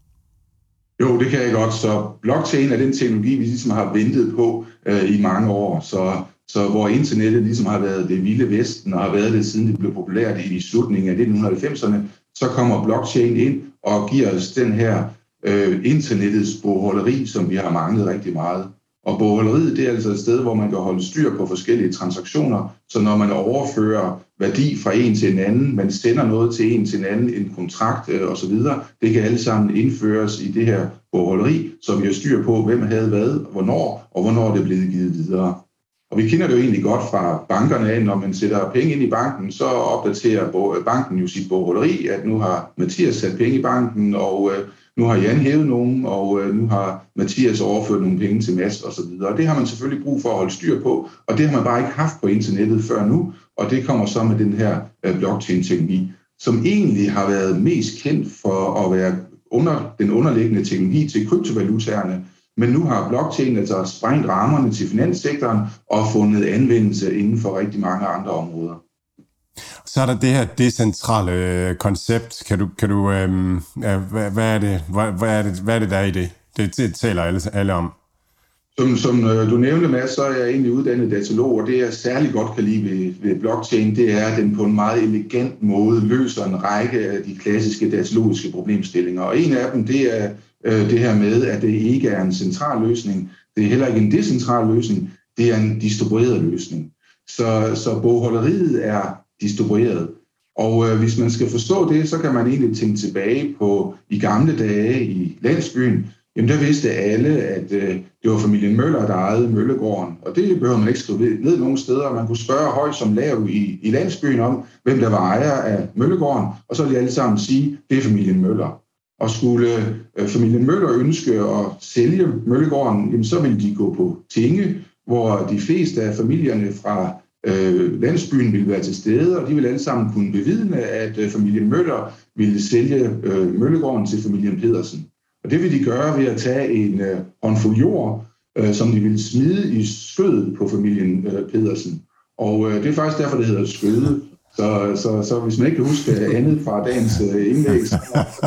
Jo, det kan jeg godt. Så blockchain er den teknologi, vi ligesom har ventet på øh, i mange år. Så, så hvor internettet ligesom har været det vilde vesten, og har været det siden det blev populært i slutningen af nitten halvfemserne, så kommer blockchain ind og giver os den her øh, internettets bogholderi, som vi har manglet rigtig meget. Og bogholderiet, det er altså et sted, hvor man kan holde styr på forskellige transaktioner, så når man overfører værdi fra en til en anden, man sender noget til en til en anden, en kontrakt øh, osv., det kan alle sammen indføres i det her bogholderi, så vi har styr på, hvem havde hvad, hvornår, og hvornår det er blevet givet videre. Og vi kender det jo egentlig godt fra bankerne af, når man sætter penge ind i banken, så opdaterer banken jo sit bogholderi, at nu har Mathias sat penge i banken, og øh, nu har Jan hævet nogen, og øh, nu har Mathias overført nogle penge til Mads osv. Og det har man selvfølgelig brug for at holde styr på, og det har man bare ikke haft på internettet før nu, og det kommer så med den her øh, blockchain-teknologi, som egentlig har været mest kendt for at være under den underliggende teknologi til kryptovalutaerne, men nu har blockchain altså sprængt rammerne til finanssektoren og fundet anvendelse inden for rigtig mange andre områder. Så er der det her decentrale øh, koncept. Kan du, kan du øh, hvad, hvad, er det, hvad, hvad, er det, hvad er det, der er i det? Det, det taler alle, alle om. Som, som øh, du nævnte, Mads, så er jeg egentlig uddannet datolog, og det jeg særlig godt kan lide ved, ved blockchain, det er, at den på en meget elegant måde løser en række af de klassiske datologiske problemstillinger. Og en af dem, det er øh, det her med, at det ikke er en central løsning. Det er heller ikke en decentral løsning. Det er en distribueret løsning. Så, så bogholderiet er distribueret. Og øh, hvis man skal forstå det, så kan man egentlig tænke tilbage på i gamle dage i landsbyen. Jamen der vidste alle, at øh, det var familien Møller, der ejede Møllegården. Og det behøver man ikke skrive ned nogen steder. Man kunne spørge højt som lav i, i landsbyen om, hvem der var ejer af Møllegården. Og så ville de alle sammen sige, det er familien Møller. Og skulle øh, familien Møller ønske at sælge Møllegården, jamen, så ville de gå på tinge, hvor de fleste af familierne fra Øh, landsbyen ville være til stede, og de ville alle sammen kunne bevidne, at øh, familien Møller ville sælge øh, Møllegården til familien Pedersen. Og det ville de gøre ved at tage en øh, håndfuld jord, øh, som de ville smide i skødet på familien øh, Pedersen. Og øh, det er faktisk derfor, det hedder skøde. Så, så, så hvis man ikke kan huske andet fra dagens øh, indlæg, så,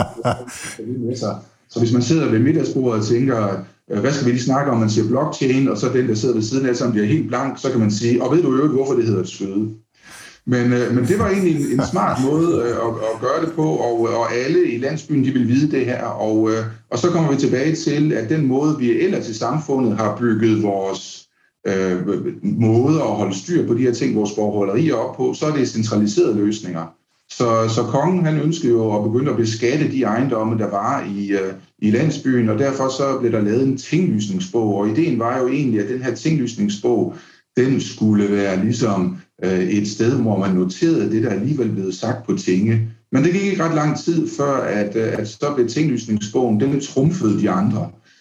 så, så hvis man sidder ved middagsbordet og tænker, hvad skal vi lige snakke om, man siger blockchain, og så den, der sidder ved siden af, som bliver helt blank, så kan man sige, og ved du jo ikke, hvorfor det hedder et skøde. Men, øh, men det var egentlig en, en smart måde øh, at, at gøre det på, og, og alle i landsbyen, de vil vide det her. Og, øh, og så kommer vi tilbage til, at den måde, vi ellers i samfundet har bygget vores øh, måde at holde styr på de her ting, vores bogholderier op på, så er det centraliserede løsninger. Så, så kongen han ønskede jo at begynde at beskatte de ejendomme, der var i, uh, i landsbyen, og derfor så blev der lavet en tinglysningsbog, og ideen var jo egentlig, at den her tinglysningsbog, den skulle være ligesom uh, et sted, hvor man noterede det, der alligevel blev sagt på tinge. Men det gik ikke ret lang tid før, at, uh, at så blev tinglysningsbogen, den trumfede de andre.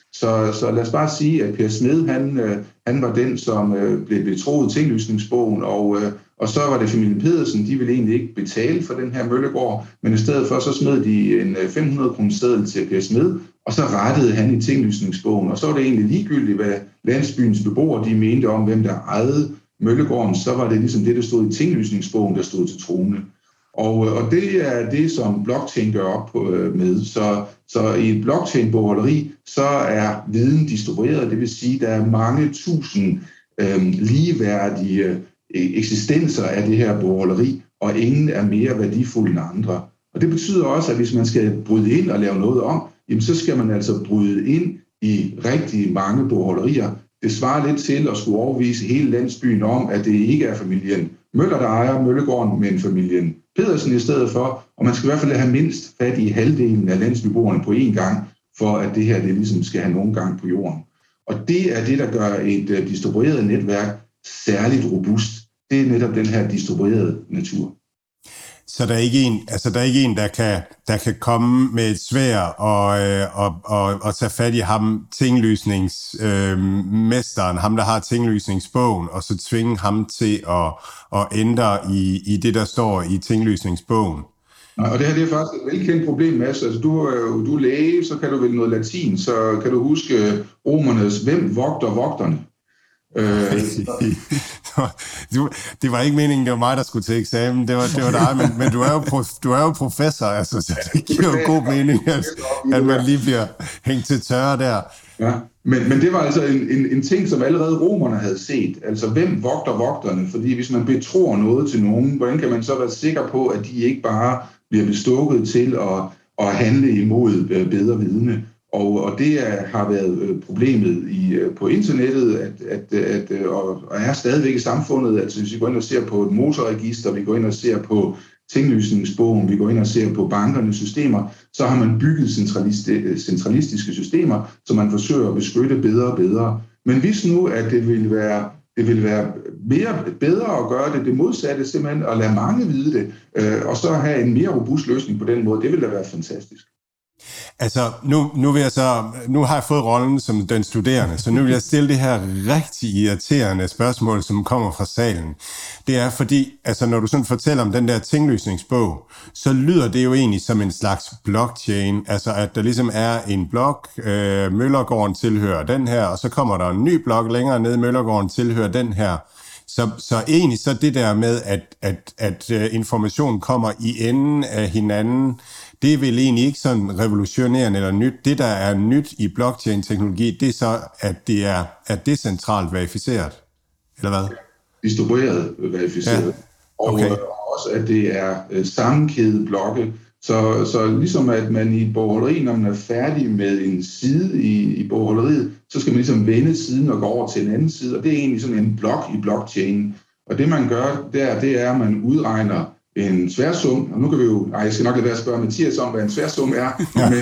Så, så lad os bare sige, at Per Smed, han, han var den, som blev betroet tinglysningsbogen, og, og så var det familien Pedersen, de ville egentlig ikke betale for den her møllegård, men i stedet for så smed de en fem hundrede kroner seddel til Per Smed, og så rettede han i tinglysningsbogen, og så var det egentlig ligegyldigt, hvad landsbyens beboere de mente om, hvem der ejede møllegården, så var det ligesom det, der stod i tinglysningsbogen, der stod til troende. Og, og det er det, som blockchain gør op på, med. Så, så i et blockchain-bogholderi, så er viden distribueret, det vil sige, at der er mange tusind øh, ligeværdige øh, eksistenser af det her bogholderi, og ingen er mere værdifulde end andre. Og det betyder også, at hvis man skal bryde ind og lave noget om, jamen, så skal man altså bryde ind i rigtig mange bogholderier. Det svarer lidt til at skulle overbevise hele landsbyen om, at det ikke er familien Møller, der ejer møllegården, men familien Pedersen i stedet for, og man skal i hvert fald have mindst fat i halvdelen af landsbyboerne på én gang, for at det her det ligesom skal have nogen gang på jorden. Og det er det, der gør et uh, distribueret netværk særligt robust. Det er netop den her distribuerede natur. Så der er ikke en, altså der er ikke en, der kan, der kan komme med et sværd og, øh, og, og, og tage fat i ham, tinglysningsmesteren, øh, ham der har tinglysningsbogen, og så tvinge ham til at, at ændre i, i det, der står i tinglysningsbogen. Og det her det er faktisk et velkendt problem, Mads. Altså, du, du er læge, så kan du vel noget latin, så kan du huske romernes, hvem vogter vogterne? Øh, det var ikke meningen, det var mig, der skulle til eksamen, det var, det var dig, men, men du, er jo prof, du er jo professor, altså, så det giver jo god mening, at, at man lige bliver hængt til tørre der. Ja, men, men det var altså en, en, en ting, som allerede romerne havde set, altså hvem vogter vogterne, fordi hvis man betror noget til nogen, hvordan kan man så være sikker på, at de ikke bare bliver bestukket til at, at handle imod bedre vidne? Og, og det er, har været problemet i, på internettet, at, at, at, og er stadigvæk i samfundet. Altså hvis vi går ind og ser på et motorregister, vi går ind og ser på tinglysningsbogen, vi går ind og ser på bankernes systemer, så har man bygget centralistiske systemer, så man forsøger at beskytte bedre og bedre. Men hvis nu, at det ville være, det ville være mere, bedre at gøre det, det modsatte, simpelthen at lade mange vide det, øh, og så have en mere robust løsning på den måde, det ville da være fantastisk. Altså, nu, nu, vil jeg så, nu har jeg fået rollen som den studerende, så nu vil jeg stille det her rigtig irriterende spørgsmål, som kommer fra salen. Det er fordi, altså når du sådan fortæller om den der tinglysningsbog, så lyder det jo egentlig som en slags blockchain, altså at der ligesom er en blok, øh, Møllergården tilhører den her, og så kommer der en ny blok længere ned, Møllergården tilhører den her. Så, så egentlig så det der med, at, at, at information kommer i enden af hinanden, det er vel egentlig ikke sådan revolutionerende eller nyt. Det, der er nyt i blockchain-teknologi, det er så, at det er, at det er centralt verificeret. Eller hvad? Distribueret verificeret. Ja. Okay. Og også, at det er sammenkædet blokke. Så, så ligesom at man i bogholderi, når man er færdig med en side i, i bogholderiet, så skal man ligesom vende siden og gå over til en anden side. Og det er egentlig sådan en blok i blockchain. Og det man gør der, det er, at man udregner en sværsum, og nu kan vi jo, ej, jeg skal nok lade være at spørge Mathias om, hvad en sværsum er, men,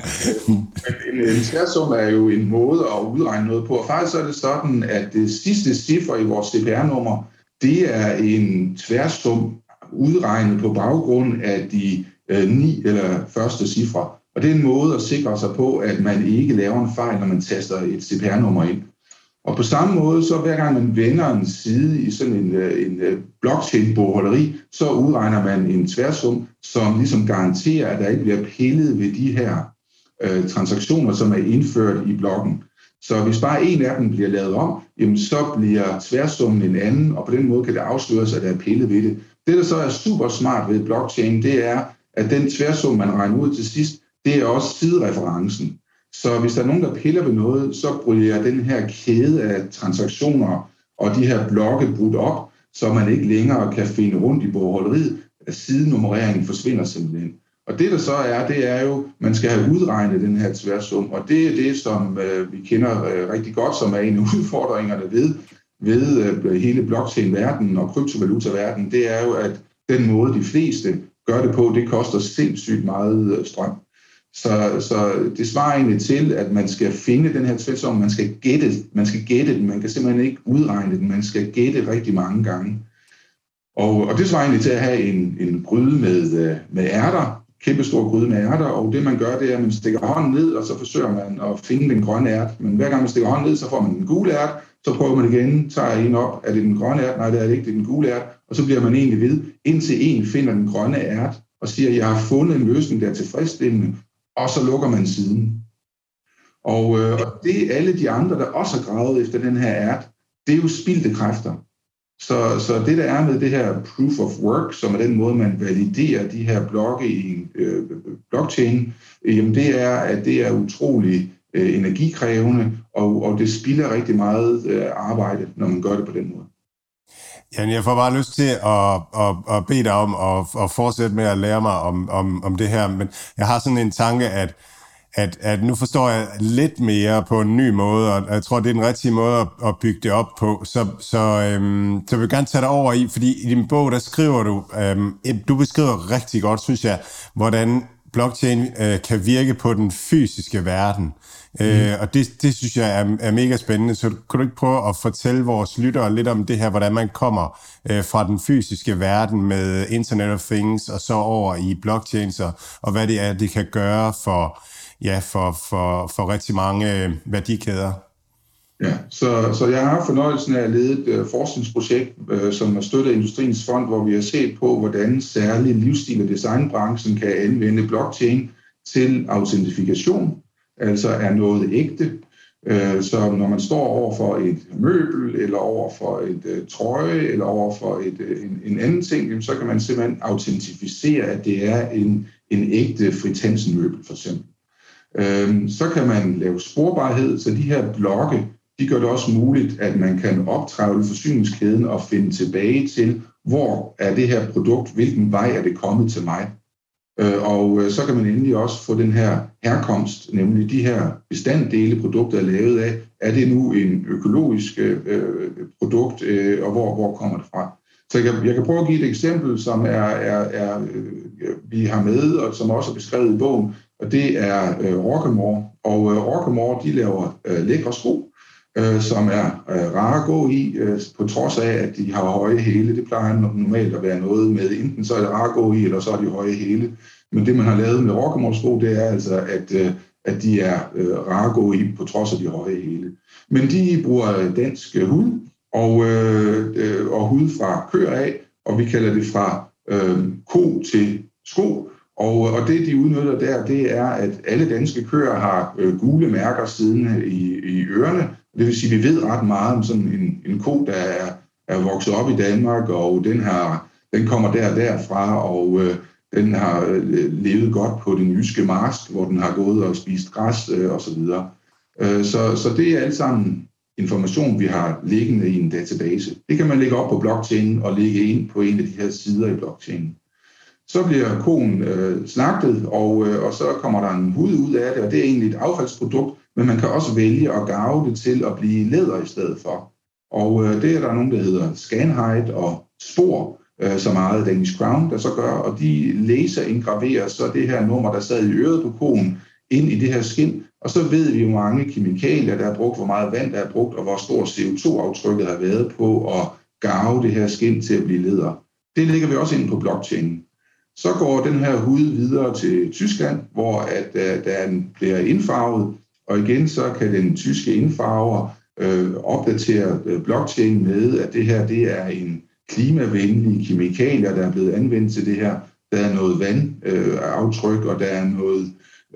men en, en sværsum er jo en måde at udregne noget på, og faktisk så er det sådan, at det sidste cifre i vores C P R-nummer, det er en tværsum udregnet på baggrund af de øh, ni eller første cifre, og det er en måde at sikre sig på, at man ikke laver en fejl, når man taster et C P R-nummer ind. Og på samme måde, så hver gang man vender en side i sådan en, en blockchain-bogholderi, så udregner man en tværsum, som ligesom garanterer, at der ikke bliver pillet ved de her øh, transaktioner, som er indført i blokken. Så hvis bare en af dem bliver lavet om, jamen så bliver tværsummen en anden, og på den måde kan det afsløres, at der er pillet ved det. Det, der så er super smart ved blockchain, det er, at den tværsum, man regner ud til sidst, det er også sidereferencen. Så hvis der er nogen, der piller ved noget, så bliver den her kæde af transaktioner og de her blokke brudt op, så man ikke længere kan finde rundt i bogholderiet, at sidenummereringen forsvinder simpelthen. Og det der så er, det er jo, man skal have udregnet den her tværsum, og det er det, som øh, vi kender øh, rigtig godt, som er en af udfordringerne ved, ved øh, hele blockchain-verdenen og kryptovaluta-verdenen, det er jo, at den måde, de fleste gør det på, det koster sindssygt meget øh, strøm. Så, så det svarer egentlig til, at man skal finde den her tværsum, man skal gætte, man skal gætte den, man kan simpelthen ikke udregne den, man skal gætte rigtig mange gange. Og, og det svarer egentlig til at have en, en gryde med, med ærter, kæmpe stor gryde med ærter, og det man gør, det er, at man stikker hånden ned, og så forsøger man at finde den grønne ært. Men hver gang man stikker hånden ned, så får man den gule ært, så prøver man igen, tager en op, er det den grønne ært? Nej, det er det ikke, det er den gule ært, og så bliver man egentlig ved, indtil en finder den grønne ært, og siger, jeg har fundet en løsning, der er tilfredsstillende, og så lukker man siden. Og, øh, og det er alle de andre, der også har gravet efter den her ært, det er jo spildte kræfter. Så, så det, der er med det her proof of work, som er den måde, man validerer de her blokke i øh, blockchain, jamen det er, at det er utrolig øh, energikrævende, og, og det spilder rigtig meget øh, arbejde, når man gør det på den måde. Jan, jeg får bare lyst til at, at, at bede dig om at, at fortsætte med at lære mig om, om, om det her, men jeg har sådan en tanke, at At, at nu forstår jeg lidt mere på en ny måde, og jeg tror, det er den rigtige måde at, at bygge det op på. Så, så, øhm, så jeg vil gerne tage dig over i, fordi i din bog, der skriver du, øhm, du beskriver rigtig godt, synes jeg, hvordan blockchain øh, kan virke på den fysiske verden. Mm. Øh, og det, det synes jeg er, er mega spændende. Så kan du ikke prøve at fortælle vores lyttere lidt om det her, hvordan man kommer øh, fra den fysiske verden med Internet of Things, og så over i blockchains, og, og hvad det er, det kan gøre for... Ja, for, for, for rigtig mange værdikæder. Ja, så, så jeg har haft fornøjelsen af at lede et uh, forskningsprojekt, uh, som er støttet af Industriens Fond, hvor vi har set på, hvordan særlig livsstil- og designbranchen kan anvende blockchain til autentifikation, altså er noget ægte. Uh, så når man står over for et møbel, eller over for et uh, trøje, eller over for et, uh, en, en anden ting, så kan man simpelthen autentificere, at det er en, en ægte Fritz Hansen-møbel, for eksempel. Så kan man lave sporbarhed, så de her blokke, de gør det også muligt, at man kan optrævle forsyningskæden og finde tilbage til, hvor er det her produkt, hvilken vej er det kommet til mig. Og så kan man endelig også få den her herkomst, nemlig de her bestanddele, produkter er lavet af. Er det nu en økologisk produkt, og hvor, hvor kommer det fra? Så jeg kan, jeg kan prøve at give et eksempel, som er, er, er, vi har med, og som også er beskrevet i bogen, og det er øh, Rockemore. Og øh, Rockemore, de laver øh, lækre sko, øh, som er øh, rare at gå i, øh, på trods af, at de har høje hæle. Det plejer normalt at være noget med, enten så er det rare at gå i, eller så er de høje hæle. Men det, man har lavet med Rockemore sko, det er altså, at, øh, at de er øh, rare at gå i, på trods af de høje hæle. Men de bruger dansk hud, og, øh, og hud fra køer af, og vi kalder det fra øh, ko til sko. Og, og det, de udnytter der, det er, at alle danske køer har øh, gule mærker siddende i, i ørerne. Det vil sige, at vi ved ret meget om sådan en, en ko, der er, er vokset op i Danmark, og den, har, den kommer der derfra, og øh, den har øh, levet godt på den jyske marsk, hvor den har gået og spist græs øh, osv. Øh, så, så det er alt sammen information, vi har liggende i en database. Det kan man lægge op på blockchain og lægge ind på en af de her sider i blockchain. Så bliver koen øh, slagtet, og, øh, og så kommer der en hud ud af det, og det er egentlig et affaldsprodukt, men man kan også vælge at garve det til at blive læder i stedet for. Og øh, det er der nogen, der hedder Scanhide og Spor, øh, som ejet Danish Crown, der så gør, og de laserindgraverer så det her nummer, der sad i øret på koen, ind i det her skind, og så ved vi, hvor mange kemikalier, der er brugt, hvor meget vand, der er brugt, og hvor stor C O to aftrykket har været på at garve det her skind til at blive læder. Det lægger vi også ind på blockchain. Så går den her hud videre til Tyskland, hvor at, uh, der bliver indfarvet, og igen så kan den tyske indfarver øh, opdatere øh, blockchain med, at det her det er en klimavenlig kemikalier, der er blevet anvendt til det her. Der er noget vandaftryk, øh, og der er noget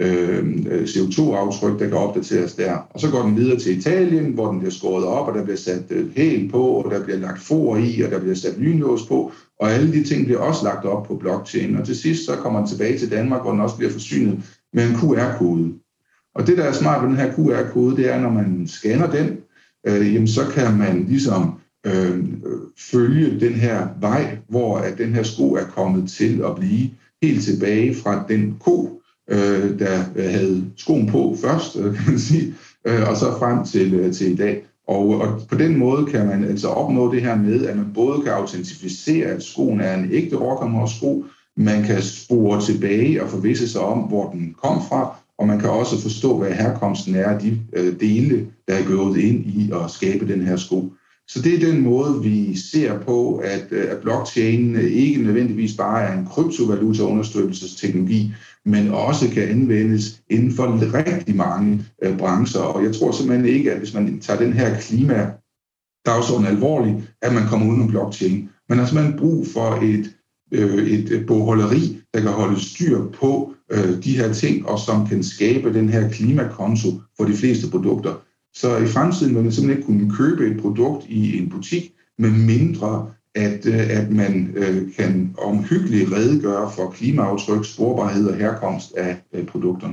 øh, C O to aftryk, der kan opdateres der. Og så går den videre til Italien, hvor den bliver skåret op, og der bliver sat øh, hæl på, og der bliver lagt for i, og der bliver sat lynlås på. Og alle de ting bliver også lagt op på blockchain. Og til sidst så kommer den tilbage til Danmark, hvor den også bliver forsynet med en Q R-kode. Og det, der er smart ved den her Q R-kode, det er, når man scanner den, øh, jamen, så kan man ligesom øh, følge den her vej, hvor at den her sko er kommet til at blive helt tilbage fra den ko, øh, der havde skoen på først, kan man sige, øh, og så frem til, til i dag. Og, og på den måde kan man altså opnå det her med, at man både kan autentificere, at skoen er en ægte Rockamore-sko, man kan spore tilbage og forvisse sig om, hvor den kom fra, og man kan også forstå, hvad herkomsten er af de øh, dele, der er gået ind i at skabe den her sko. Så det er den måde, vi ser på, at, at blockchain ikke nødvendigvis bare er en kryptovaluta-understøttelsesteknologi, men også kan anvendes inden for rigtig mange øh, brancher. Og jeg tror simpelthen ikke, at hvis man tager den her klimadagsorden alvorligt, at man kommer uden om blockchain. Man har simpelthen brug for et, øh, et bogholderi, der kan holde styr på øh, de her ting, og som kan skabe den her klimakonto for de fleste produkter. Så i fremtiden vil man simpelthen ikke kunne købe et produkt i en butik, med mindre at, at man øh, kan omhyggeligt redegøre for klimaaftryk, sporbarhed og herkomst af øh, produkterne.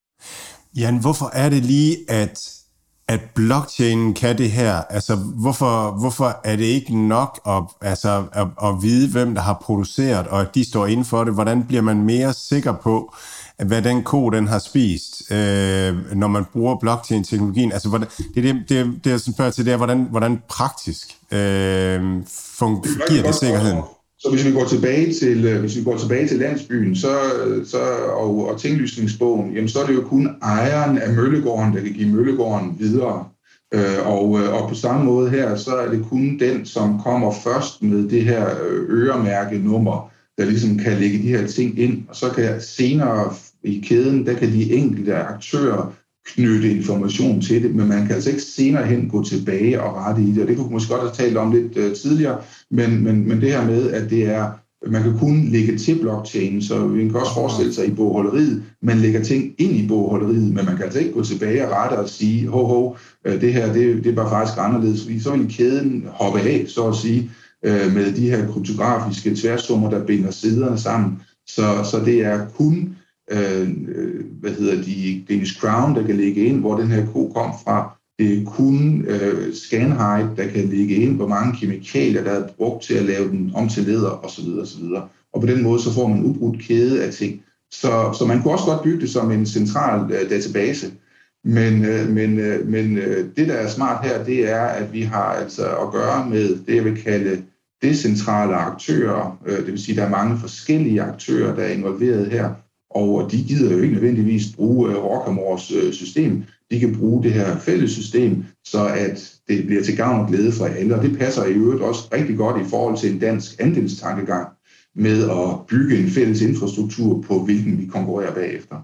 Jan, hvorfor er det lige, at, at blockchain kan det her? Altså, hvorfor, hvorfor er det ikke nok at, altså, at, at vide, hvem der har produceret, og at de står inden for det? Hvordan bliver man mere sikker på, hvad den ko, den har spist, øh, når man bruger blockchain-teknologien? Altså, hvordan, det er det, det, det jeg spørger til, det er, hvordan, hvordan praktisk øh, fungerer det sikkerheden? Så hvis vi går tilbage til, hvis vi går tilbage til landsbyen så, så, og, og tinglysningsbogen, jamen, så er det jo kun ejeren af møllegården, der kan give møllegården videre. Øh, og, og på samme måde her, så er det kun den, som kommer først med det her øremærkenummer, der ligesom kan lægge de her ting ind, og så kan senere i kæden, der kan de enkelte aktører knytte information til det, men man kan altså ikke senere hen gå tilbage og rette i det, og det kunne vi måske godt have talt om lidt uh, tidligere, men, men, men det her med, at det er, man kan kun lægge til blockchain, så vi kan også forestille sig i bogholderiet, man lægger ting ind i bogholderiet, men man kan altså ikke gå tilbage og rette og sige, ho, ho, det her, det, det var faktisk anderledes, fordi så vil kæden hoppe af, så at sige, med de her kryptografiske tværsummer, der binder siderne sammen. Så, så det er kun, øh, hvad hedder de, Danish Crown, der kan lægge ind, hvor den her ko kom fra. Det er kun øh, Scanhide, der kan lægge ind, hvor mange kemikalier, der er brugt til at lave den om til læder osv. osv. Og på den måde, så får man en ubrudt kæde af ting. Så, så man kunne også godt bygge det som en central øh, database. Men, øh, men, øh, men øh, det, der er smart her, det er, at vi har altså at gøre med det, jeg vil kalde decentrale aktører. Det vil sige, at der er mange forskellige aktører, der er involveret her, og de gider jo ikke nødvendigvis bruge Rockamores system. De kan bruge det her fælles system, så at det bliver til gavn og glæde for alle, og det passer i øvrigt også rigtig godt i forhold til en dansk andelstankegang med at bygge en fælles infrastruktur, på hvilken vi konkurrerer bagefter.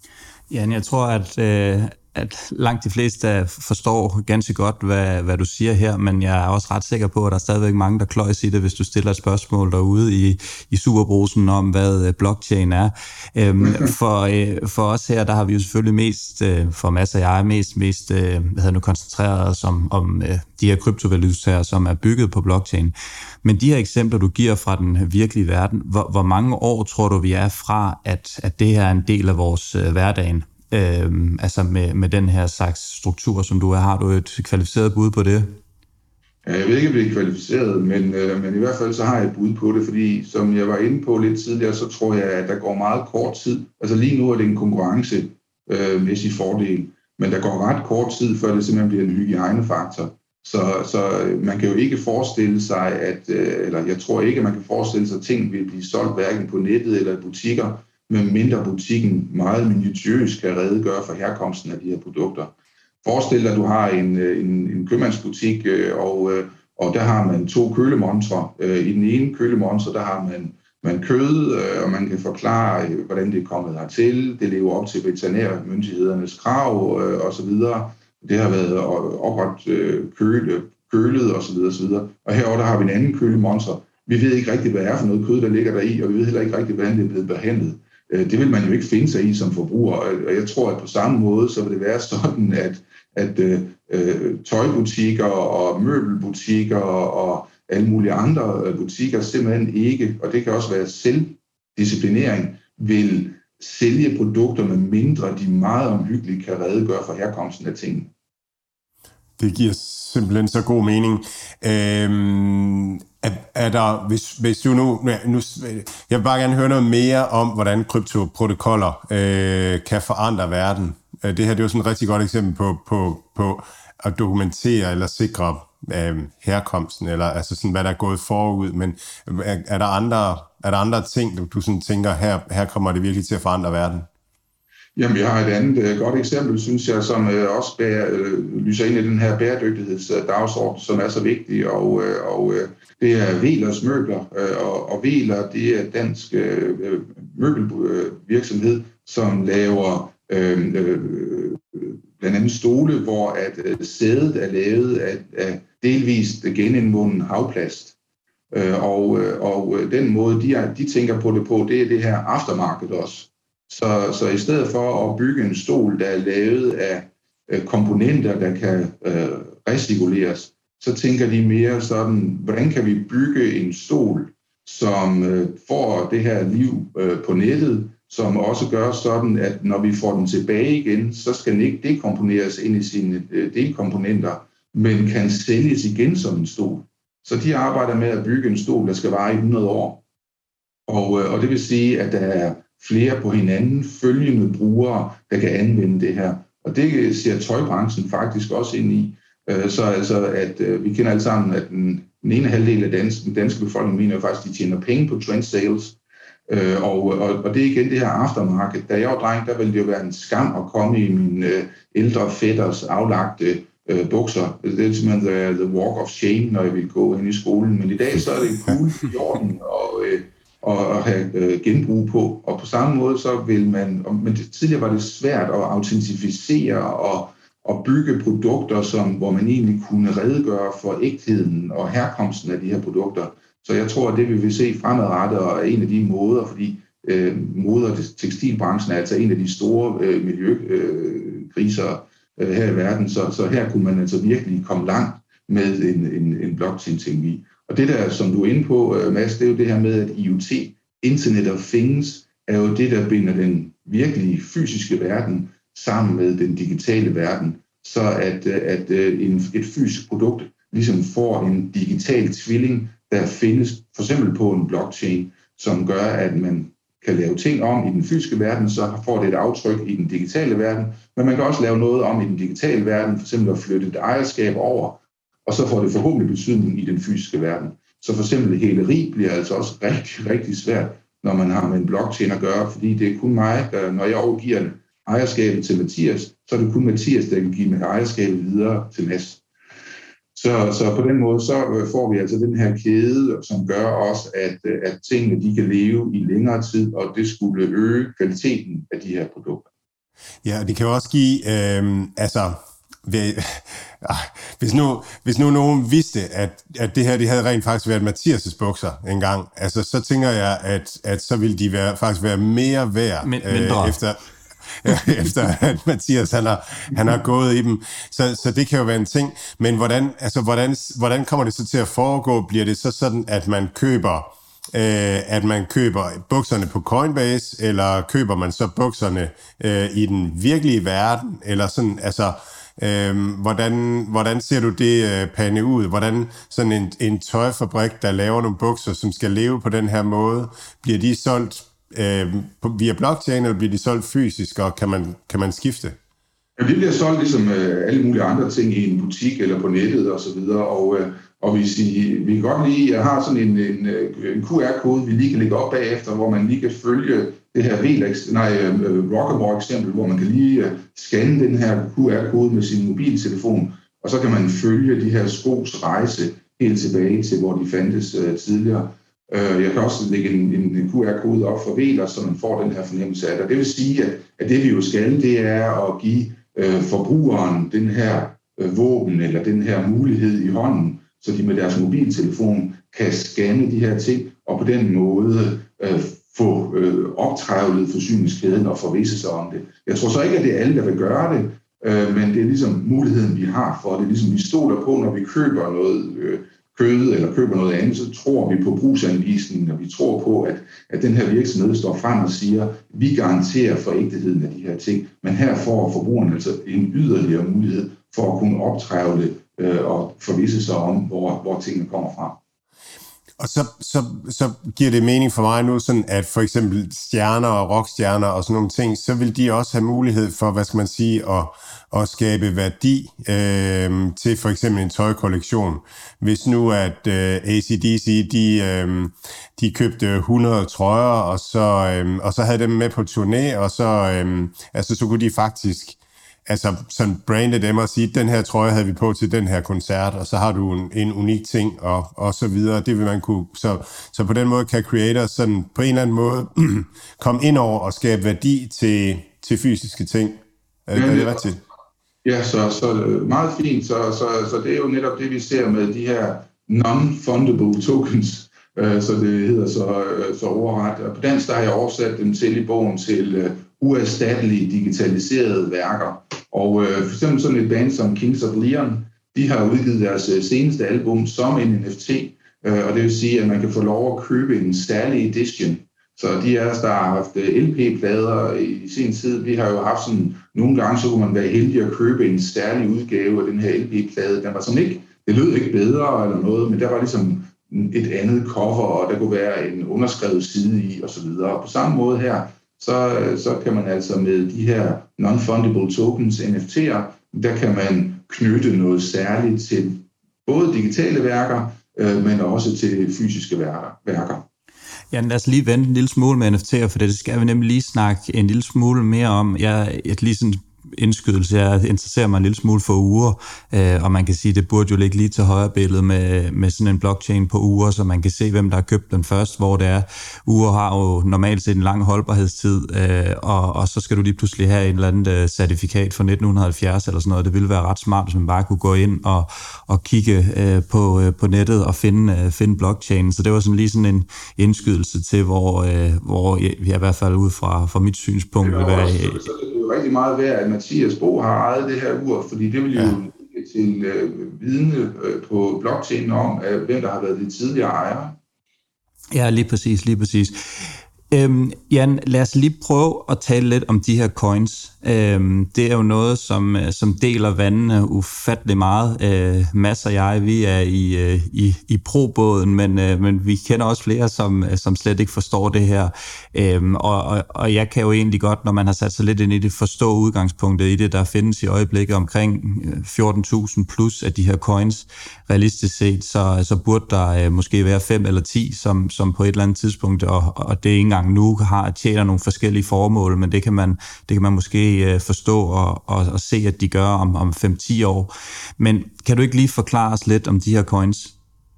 Jan, jeg tror, at, øh, at langt de fleste forstår ganske godt, hvad, hvad du siger her, men jeg er også ret sikker på, at der er stadigvæk mange, der kløjs i det, hvis du stiller et spørgsmål derude i, i Superbrusen om, hvad blockchain er. Øhm, for, øh, for os her, der har vi jo selvfølgelig mest, øh, for masser af jeg, mest, mest øh, hvad hedder nu, koncentreret os om, om øh, de her kryptovalutaer, som er bygget på blockchain. Men de her eksempler, du giver fra den virkelige verden, hvor, hvor mange år tror du, vi er fra, at, at det her er en del af vores øh, hverdagen? Øhm, altså med, med den her slags struktur, som du er. Har du et kvalificeret bud på det? Jeg ved ikke, om det er kvalificeret, men, øh, men i hvert fald så har jeg et bud på det, fordi som jeg var inde på lidt tidligere, så tror jeg, at der går meget kort tid. Altså lige nu er det en konkurrencemæssig øh, fordel, men der går ret kort tid, før det simpelthen bliver en hygiejnefaktor. Så, så man kan jo ikke forestille sig, at, øh, eller jeg tror ikke, at man kan forestille sig, at ting vil blive solgt hverken på nettet eller i butikker, med mindre butikken meget minutiøst kan redegøre for herkomsten af de her produkter. Forestil dig, at du har en, en, en købmandsbutik, og, og der har man to kølemontre. I den ene kølemontre, der har man, man kød, og man kan forklare, hvordan det er kommet hertil. Det lever op til veterinærmyndighedernes krav osv. Det har været opret køle, kølet osv. osv. Og herover der har vi en anden kølemontre. Vi ved ikke rigtig, hvad det er for noget kød, der ligger der i, og vi ved heller ikke rigtig, hvordan det er blevet behandlet. Det vil man jo ikke finde sig i som forbruger, og jeg tror, at på samme måde, så vil det være sådan, at, at øh, tøjbutikker og møbelbutikker og alle mulige andre butikker simpelthen ikke, og det kan også være selvdisciplinering, vil sælge produkter med mindre, de meget omhyggeligt kan redegøre for herkomsten af tingene. Det giver simpelthen så god mening. Øhm, er, er der, hvis, hvis du nu, nu, jeg vil bare gerne høre noget mere om, hvordan kryptoprotokoller øh, kan forandre verden. Det her det er jo sådan et rigtig godt eksempel på, på, på at dokumentere eller sikre øh, herkomsten, eller altså sådan, hvad der er gået forud. Men er, er, der, andre, er der andre ting, du, du sådan tænker, her, her kommer det virkelig til at forandre verden? Jamen, vi har et andet uh, godt eksempel, synes jeg, som uh, også bærer, uh, lyser ind i den her bæredygtighedsdagsorden, som er så vigtig, og, uh, og uh, det er Wehlers Møbler, uh, og, og Wehler, det er dansk uh, møbelvirksomhed, som laver uh, uh, blandt andet stole, hvor at uh, sædet er lavet af, af delvist genindvunden havplast. Uh, og, uh, og uh, den måde, de, er, de tænker på det på, det er det her aftermarket også. Så, så i stedet for at bygge en stol, der er lavet af øh, komponenter, der kan øh, recirkuleres, så tænker de mere sådan, hvordan kan vi bygge en stol, som øh, får det her liv øh, på nettet, som også gør sådan, at når vi får den tilbage igen, så skal den ikke dekomponeres ind i sine øh, delkomponenter, men kan sælges igen som en stol. Så de arbejder med at bygge en stol, der skal vare i hundrede år. Og, øh, og det vil sige, at der er flere på hinanden følgende brugere, der kan anvende det her. Og det ser tøjbranchen faktisk også ind i. Så altså, at vi kender alle sammen, at den, den ene halvdel af dansk, den danske befolkning mener jo faktisk, at de tjener penge på trend sales. Og, og, og det er igen det her aftermarket. Da jeg var dreng, der ville det jo være en skam at komme i mine ældre fætters aflagte øh, bukser. Det er simpelthen the, the walk of shame, når jeg ville gå ind i skolen. Men i dag så er det cool i orden, og øh, og have øh, genbrug på. Og på samme måde så vil man, men det, tidligere var det svært at autentificere og, og bygge produkter, som, hvor man egentlig kunne redegøre for ægtheden og herkomsten af de her produkter. Så jeg tror, at det vi vil se fremadrettet er en af de måder, fordi øh, mode- og tekstilbranchen er altså en af de store øh, miljøkriser øh, øh, her i verden, så, så her kunne man altså virkelig komme langt med en, en, en blockchain-teknologi. Og det der, som du er inde på, Mads, det er jo det her med, at I O T, Internet of Things, er jo det, der binder den virkelige fysiske verden sammen med den digitale verden, så at, at en, et fysisk produkt ligesom får en digital tvilling, der findes for eksempel på en blockchain, som gør, at man kan lave ting om i den fysiske verden, så får det et aftryk i den digitale verden, men man kan også lave noget om i den digitale verden, for eksempel at flytte et ejerskab over, og så får det forhåbentlig betydning i den fysiske verden. Så for eksempel hæleri bliver altså også rigtig, rigtig svært, når man har med en blockchain at gøre, fordi det er kun mig, der, når jeg overgiver ejerskabet til Mathias, så er det kun Mathias, der kan give mig ejerskabet videre til Mads. Så, så på den måde, så får vi altså den her kæde, som gør også, at, at tingene de kan leve i længere tid, og det skulle øge kvaliteten af de her produkter. Ja, og det kan jo også give, øh, altså... Hvis nu, hvis nu nogen vidste, at, at det her det havde rent faktisk været Mathias' bukser engang, altså, så tænker jeg, at, at så ville de være, faktisk være mere værd øh, efter, efter at Mathias han har, han har gået i dem. Så, så det kan jo være en ting. Men hvordan, altså, hvordan, hvordan kommer det så til at foregå? Bliver det så sådan, at man køber øh, at man køber bukserne på Coinbase, eller køber man så bukserne øh, i den virkelige verden, eller sådan, altså... Øhm, hvordan, hvordan ser du det øh, pande ud? Hvordan sådan en, en tøjfabrik, der laver nogle bukser, som skal leve på den her måde, bliver de solgt øh, på, via blockchain, eller bliver de solgt fysisk, og kan man, kan man skifte? Ja, det bliver solgt ligesom øh, alle mulige andre ting i en butik eller på nettet og så videre, og, øh, og hvis I, vi kan godt lide, jeg har sådan en, en, en Q R-kode, vi lige kan lægge op bagefter, hvor man lige kan følge det her Rolex, nej, Rockabor eksempel, hvor man kan lige scanne den her Q R-kode med sin mobiltelefon, og så kan man følge de her skos rejse helt tilbage til, hvor de fandtes uh, tidligere. Uh, jeg kan også lægge en, en Q R-kode op for Wehler, så man får den her fornemmelse af det. Det vil sige, at, at det vi jo skal, det er at give uh, forbrugeren den her uh, våben eller den her mulighed i hånden, så de med deres mobiltelefon kan scanne de her ting, og på den måde uh, få øh, optrævlet forsyningskæden og forvisse sig om det. Jeg tror så ikke, at det er alle, der vil gøre det, øh, men det er ligesom muligheden, vi har for det. Ligesom vi stoler på, når vi køber noget øh, kød eller køber noget andet, så tror vi på brugsanvisningen, og vi tror på, at, at den her virksomhed står frem og siger, vi garanterer for ægteheden af de her ting, men her får forbrugeren altså en yderligere mulighed for at kunne optrævle øh, og forvisse sig om, hvor, hvor tingene kommer fra. Og så, så, så giver det mening for mig nu, sådan at for eksempel stjerner og rockstjerner og sådan nogle ting, så vil de også have mulighed for, hvad skal man sige, at, at skabe værdi øh, til for eksempel en tøjkollektion. Hvis nu at øh, A C D C, de, øh, de købte hundrede trøjer, og så, øh, og så havde dem med på turné, og så, øh, altså, så kunne de faktisk altså sådan brande dem og sige, den her trøje havde vi på til den her koncert, og så har du en, en unik ting, og, og så videre. Det vil man kunne, så, så på den måde kan creators sådan på en eller anden måde komme ind over og skabe værdi til, til fysiske ting. Er det, ja, er det rigtigt? Ja, så, så meget fint. Så, så, så det er jo netop det, vi ser med de her non-fundable tokens, så det hedder så, så ordret. Og på dansk der har jeg oversat dem til i bogen til uerstattelige digitaliserede værker. Og øh, for eksempel sådan et band som Kings of Leon, de har udgivet deres øh, seneste album som en N F T, øh, og det vil sige, at man kan få lov at købe en særlig edition. Så de af os, der har haft øh, L P-plader i sin tid, vi har jo haft sådan, nogle gange så kunne man være heldig at købe en særlig udgave af den her L P-plade. Den var sådan ikke, det lød ikke bedre eller noget, men der var ligesom et andet cover, og der kunne være en underskrevet side i osv. Og på samme måde her, Så, så kan man altså med de her non-fundable tokens, N F T'er, der kan man knytte noget særligt til både digitale værker, øh, men også til fysiske værker. værker. Ja, lad os lige vente en lille smule med N F T'er, for det skal vi nemlig lige snakke en lille smule mere om. Jeg er lige sådan indskydelse. Jeg interesserer mig en lille smule for uger, øh, og man kan sige, at det burde jo ligge lige til højre billede med, med sådan en blockchain på uger, så man kan se, hvem der har købt den først, hvor det er. Uger har jo normalt set en lang holdbarhedstid, øh, og, og så skal du lige pludselig have en eller anden øh, certifikat fra nitten halvfjerds eller sådan noget. Det ville være ret smart, hvis man bare kunne gå ind og, og kigge øh, på, øh, på nettet og finde, øh, finde blockchain. Så det var sådan lige sådan en indskydelse til, hvor, øh, hvor jeg, jeg i hvert fald ud fra, fra mit synspunkt vil være... Øh, rigtig meget værd, at Mathias Bo har ejet det her ur, fordi det vil jo ja. til øh, vidne øh, på blockchain om, at hvem der har været de tidligere ejere. Ja, lige præcis, lige præcis. Øhm, Jan, lad os lige prøve at tale lidt om de her coins. Øhm, det er jo noget, som, som deler vandene ufattelig meget. Øh, Mads og jeg, vi er i, i, i pro-båden, men, øh, men vi kender også flere, som, som slet ikke forstår det her. Øhm, og, og, og jeg kan jo egentlig godt, når man har sat sig lidt ind i det, forstå udgangspunktet i det, der findes i øjeblikket omkring fjorten tusind plus af de her coins. Realistisk set, så, så burde der øh, måske være fem eller ti, som, som på et eller andet tidspunkt, og, og det er ikke engang nu har tjener nogle forskellige formål, men det kan man, det kan man måske forstå og, og, og se, at de gør om, om fem til ti år. Men kan du ikke lige forklare os lidt om de her coins?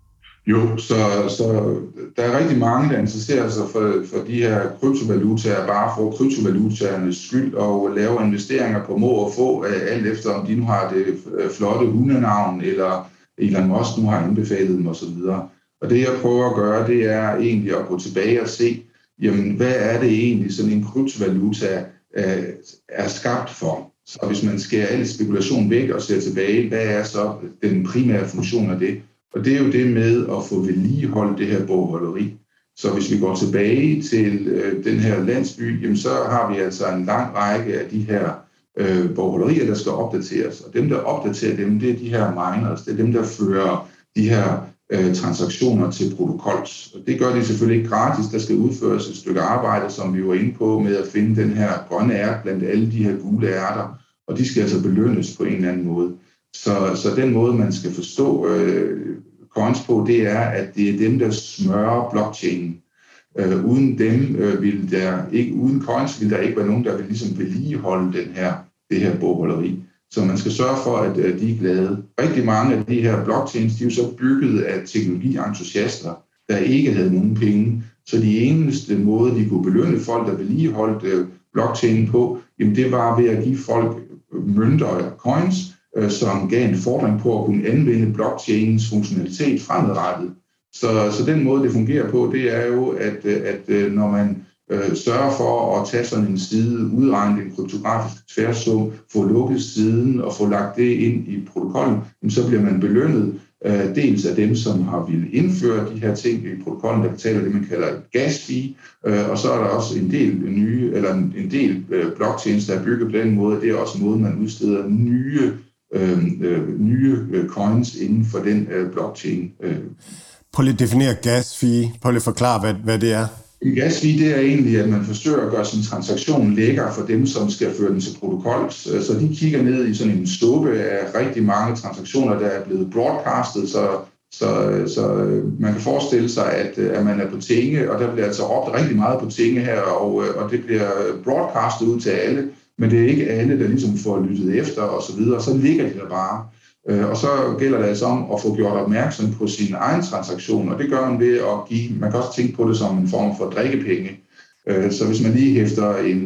Jo, så, så der er rigtig mange, der interesserer sig for, for de her kryptovalutaer, bare for kryptovalutaernes skyld, og lave investeringer på må og få, alt efter om de nu har det flotte hundenavn, eller Elon Musk nu har anbefalet dem osv. Og det jeg prøver at gøre, det er egentlig at gå tilbage og se, jamen, hvad er det egentlig, sådan en kryptovaluta øh, er skabt for? Så hvis man skærer al spekulation væk og ser tilbage, hvad er så den primære funktion af det? Og det er jo det med at få vedligeholdt det her bogholderi. Så hvis vi går tilbage til øh, den her landsby, jamen, så har vi altså en lang række af de her øh, bogholderier, der skal opdateres. Og dem, der opdaterer dem, det er de her miners, det er dem, der fører de her transaktioner til protokols. Og det gør de selvfølgelig ikke gratis. Der skal udføres et stykke arbejde, som vi var inde på, med at finde den her grønne ært blandt alle de her gule ærter, og de skal altså belønnes på en eller anden måde. Så, så den måde, man skal forstå øh, coins på, det er, at det er dem, der smører blockchainen. Øh, uden dem øh, vil der ikke, uden coins vil der ikke være nogen, der vil ligesom vedligeholde den her, det her bogholderi. Så man skal sørge for, at de er glade. Rigtig mange af de her blockchains, de er jo så bygget af teknologientusiaster, der ikke havde nogen penge. Så de eneste måde, de kunne belønne folk, der vedligeholdt blockchainen på, jamen det var ved at give folk mønter og coins, som gav en fordring på at kunne anvende blockchainens funktionalitet fremadrettet. Så, så den måde, det fungerer på, det er jo, at, at når man Øh, sørge for at tage sådan en side, udregne en kryptografisk tværsum, få lukket siden og få lagt det ind i protokollen, så bliver man belønnet øh, dels af dem, som har ville indføre de her ting i protokollen, der betaler det, man kalder et gas fee, øh, og så er der også en del nye, eller en, en del øh, blockchains, der er bygget på den måde, det er også en måde, man udsteder nye, øh, øh, nye øh, coins inden for den øh, blockchain. Øh. Prøv lige at definere gas fee. Prøv lige at forklare, hvad, hvad det er. En gas fee, det er egentlig, at man forsøger at gøre sin transaktion lækker for dem, som skal føre den til protokol. Så de kigger ned i sådan en stube af rigtig mange transaktioner, der er blevet broadcastet, så, så, så man kan forestille sig, at, at man er på tinge, og der bliver altså råbt rigtig meget på tinge her, og, og det bliver broadcastet ud til alle, men det er ikke alle, der ligesom får lyttet efter og så videre, så ligger de der bare. Og så gælder det altså om at få gjort opmærksom på sin egen transaktion, og det gør man ved at give, man kan også tænke på det som en form for drikkepenge. Så hvis man lige hæfter en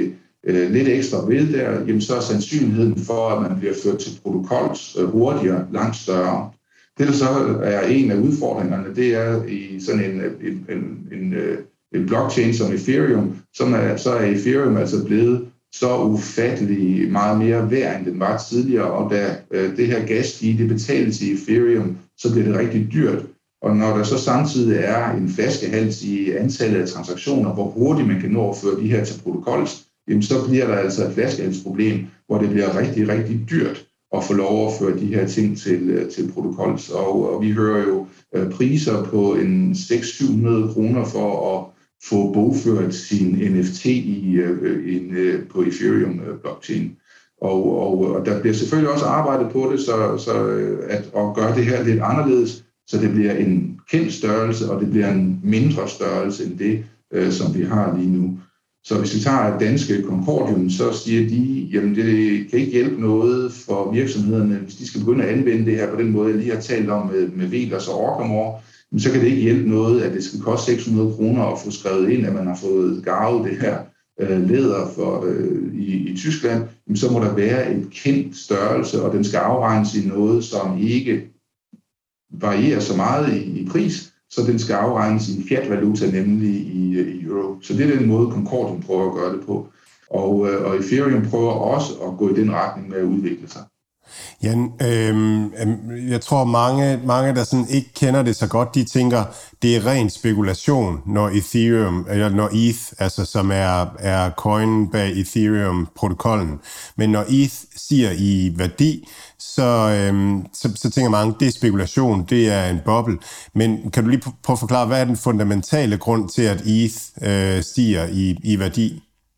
øh, lidt ekstra ved der, jamen så er sandsynligheden for, at man bliver ført til protokols hurtigere, langt større. Det, der så er en af udfordringerne, det er i sådan en, en, en, en, en blockchain som Ethereum, som er, så er Ethereum altså blevet så ufattelig meget mere værd, end den var tidligere, og da øh, det her gas-fee, det betales i Ethereum, så bliver det rigtig dyrt. Og når der så samtidig er en flaskehals i antallet af transaktioner, hvor hurtigt man kan nå at føre de her til protokols, jamen så bliver der altså et flaskehalsproblem, hvor det bliver rigtig, rigtig dyrt at få lov at føre de her ting til, til protokols. Og, og vi hører jo øh, priser på en seks til syv hundrede kroner for at få bogført sin N F T i, øh, en, øh, på Ethereum-blockchain. Og, og, og der bliver selvfølgelig også arbejdet på det, så, så at, at gøre det her lidt anderledes, så det bliver en kendt størrelse, og det bliver en mindre størrelse end det, øh, som vi har lige nu. Så hvis vi tager danske Concordium, så siger de, jamen det kan ikke hjælpe noget for virksomhederne, hvis de skal begynde at anvende det her på den måde, jeg lige har talt om med, med Velers og Orkamore, så kan det ikke hjælpe noget, at det skal koste seks hundrede kroner at få skrevet ind, at man har fået garvet det her øh, læder for, øh, i, i Tyskland. Jamen, så må der være en kendt størrelse, og den skal afregnes i noget, som ikke varierer så meget i, i pris, så den skal afregnes i fiat-valuta, nemlig i, i euro. Så det er den måde, Concordium prøver at gøre det på. Og, og Ethereum prøver også at gå i den retning med at udvikle sig. Jan, øhm, jeg tror mange, mange, der sådan ikke kender det så godt, de tænker, det er ren spekulation, når Ethereum, eller når E T H, altså som er, er coin bag Ethereum-protokollen. Men når E T H stiger i værdi, så, øhm, så, så tænker mange, det er spekulation, det er en boble. Men kan du lige prøve at forklare, hvad er den fundamentale grund til, at E T H øh, stiger i, i værdi?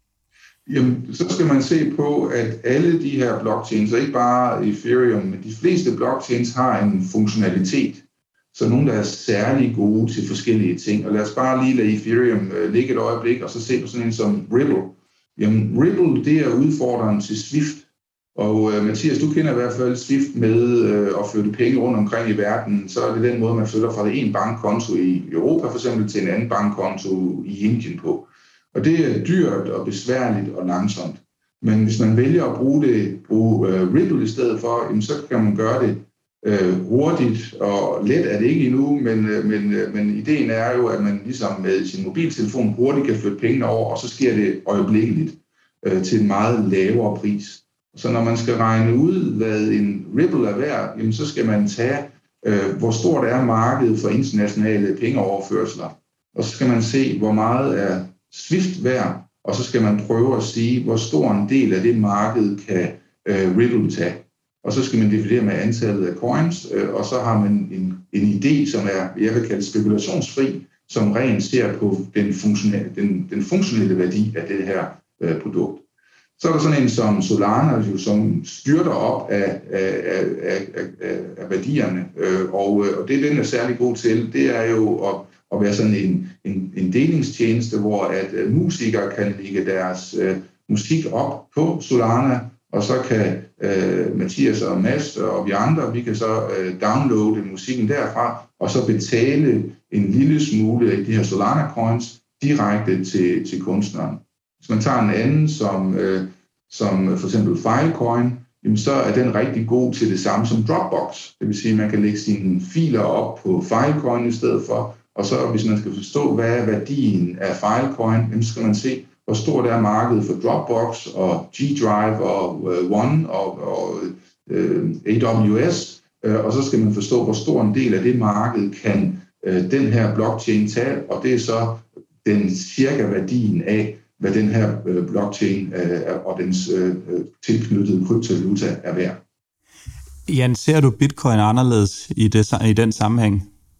Jamen, så skal man se på, at alle de her blockchains, og ikke bare Ethereum, men de fleste blockchains har en funktionalitet. Så nogle, der er særlig gode til forskellige ting. Og lad os bare lige lade Ethereum ligge et øjeblik, og så se på sådan en som Ripple. Jamen, Ripple, det er udfordreren til Swift. Og uh, Mathias, du kender i hvert fald Swift med uh, at flytte penge rundt omkring i verden. Så er det den måde, man flytter fra en bankkonto i Europa for eksempel til en anden bankkonto i Indien på. Og det er dyrt og besværligt og langsomt. Men hvis man vælger at bruge det, bruge uh, Ripple i stedet for, jamen, så kan man gøre det uh, hurtigt, og let er det ikke endnu, men, uh, men, uh, men ideen er jo, at man ligesom med sin mobiltelefon hurtigt kan flytte pengene over, og så sker det øjeblikkeligt uh, til en meget lavere pris. Så når man skal regne ud, hvad en Ripple er værd, jamen, så skal man tage, uh, hvor stort er markedet for internationale pengeoverførsler, og så skal man se, hvor meget er Swift værd, og så skal man prøve at sige, hvor stor en del af det marked kan øh, Ripple tage. Og så skal man dividere med antallet af coins, øh, og så har man en, en idé, som er, jeg vil kalde spekulationsfri, som rent ser på den funktionelle, den, den funktionelle værdi af det her øh, produkt. Så er der sådan en som Solana, som styrter op af, af, af, af, af, af værdierne, øh, og, og det den er særlig god til, det er jo at at være sådan en, en, en delingstjeneste, hvor at uh, musikere kan lægge deres uh, musik op på Solana, og så kan uh, Mathias og Mads og vi andre, vi kan så uh, downloade musikken derfra, og så betale en lille smule af de her Solana-coins direkte til, til kunstneren. Hvis man tager en anden, som, uh, som for eksempel Filecoin, jamen så er den rigtig god til det samme som Dropbox. Det vil sige, at man kan lægge sine filer op på Filecoin i stedet for. Og så hvis man skal forstå, hvad er værdien af Filecoin, så skal man se, hvor stort er markedet for Dropbox og G-Drive og uh, One og, og uh, A W S. Uh, og så skal man forstå, hvor stor en del af det marked kan uh, den her blockchain tage, og det er så den cirka værdien af, hvad den her uh, blockchain uh, og dens uh, tilknyttede kryptovaluta er værd. Jan, ser du Bitcoin anderledes i, det, i den sammenhæng?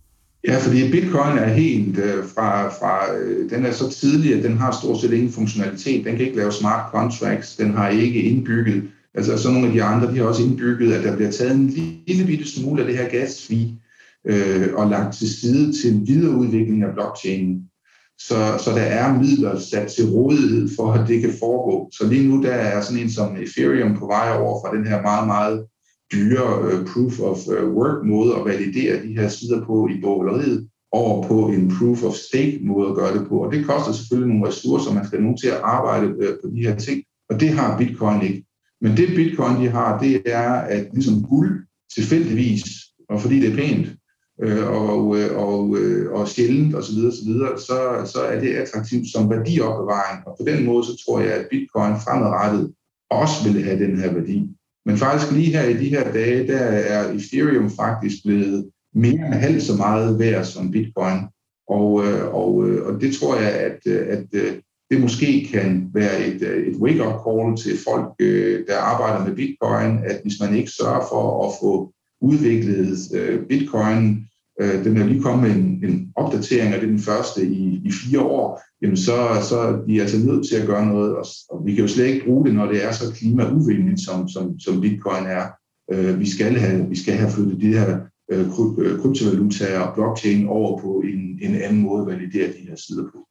Ja, fordi Bitcoin er helt øh, fra, fra øh, den er så tidlig, at den har stort set ingen funktionalitet. Den kan ikke lave smart contracts, den har ikke indbygget, altså så nogle af de andre, de har også indbygget, at der bliver taget en lille bitte smule af det her gas fee øh, og lagt til side til videreudvikling af blockchainen. Så, så der er midler sat til rådighed for, at det kan foregå. Så lige nu der er sådan en som Ethereum på vej over fra den her meget, meget dyre uh, proof of uh, work måde at validere de her sider på i bogholderiet over på en proof of stake måde at gøre det på. Og det koster selvfølgelig nogle ressourcer, man skal have nogen til at arbejde uh, på de her ting, og det har Bitcoin ikke. Men det Bitcoin de har, det er at ligesom guld tilfældigvis, og fordi det er pænt, øh, og, og, og sjældent osv., så, så, så, så er det attraktivt som værdiopbevaring. Og på den måde, så tror jeg, at Bitcoin fremadrettet også vil have den her værdi. Men faktisk lige her i de her dage, der er Ethereum faktisk blevet mere end halvt så meget værd som Bitcoin. Og, og, og det tror jeg, at, at det måske kan være et, et wake-up call til folk, der arbejder med Bitcoin, at hvis man ikke sørger for at få udviklet Bitcoin, den er lige kommet med en, en opdatering, og det er den første i, i fire år, jamen så, så er de altså nødt til at gøre noget, og, og vi kan jo slet ikke bruge det, når det er så klimauvenligt, som, som, som Bitcoin er. Uh, vi, skal have, vi skal have flyttet de her uh, kryptovalutaer og blockchain over på en, en anden måde at validere de her sider på.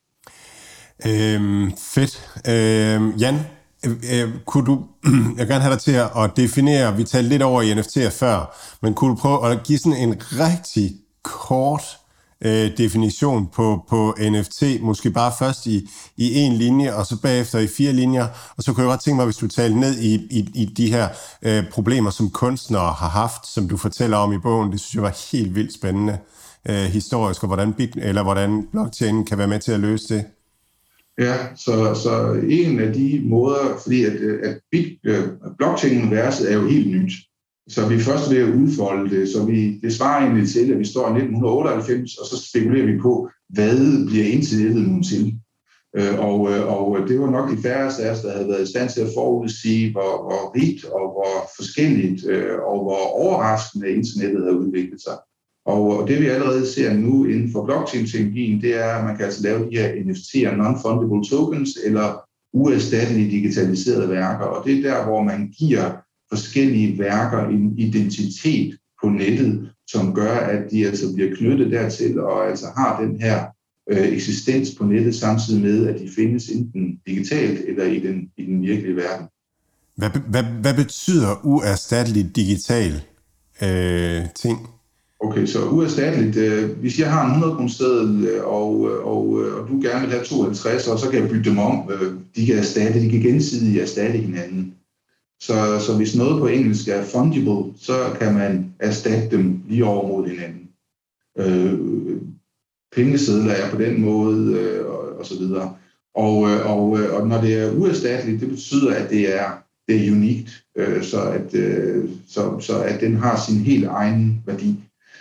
Øhm, fedt. Øhm, Jan, øh, kunne du, jeg vil gerne have dig til at definere, vi talte lidt over i N F T'er før, men kunne du prøve at give sådan en rigtig kort øh, definition på, på N F T, måske bare først i, i en linje, og så bagefter i fire linjer, og så kunne jeg godt tænke mig, hvis du talte ned i, i, i de her øh, problemer, som kunstnere har haft, som du fortæller om i bogen. Det synes jeg var helt vildt spændende øh, historisk, og hvordan, bit, eller hvordan blockchain kan være med til at løse det. Ja, så, så en af de måder, fordi at, at bit, blockchain-universet er jo helt nyt, så vi er først ved at udfolde det, så vi, det svarer egentlig til, at vi står i nitten otteoghalvfems, og så spekulerer vi på, hvad bliver internettet nu til. Og, og det var nok de færreste af os, der havde været i stand til at forudsige, hvor, hvor rigt og hvor forskelligt og hvor overraskende internettet havde udviklet sig. Og det vi allerede ser nu inden for blockchain-teknologien, det er, at man kan altså lave de her N F T'er, non-fungible tokens, eller uerstattelige digitaliserede værker. Og det er der, hvor man giver forskellige værker en identitet på nettet, som gør, at de altså bliver knyttet dertil, og altså har den her øh, eksistens på nettet, samtidig med, at de findes enten digitalt eller i den, i den virkelige verden. Hvad, hvad, hvad betyder uerstattelig digital øh, ting? Okay, så uerstatteligt. Øh, hvis jeg har en hundrede kroner seddel, og, og, og du gerne vil have tooghalvtreds, og så kan jeg bytte dem om. Øh, de kan erstatte, de kan gensidigt erstatte hinanden. Så, så hvis noget på engelsk er fungible, så kan man erstatte dem lige over mod hinanden. Øh, pengesedler er på den måde, øh, og, og så videre. Og, og, og når det er uerstatteligt, det betyder, at det er, det er unikt, øh, så, at, øh, så, så at den har sin helt egen værdi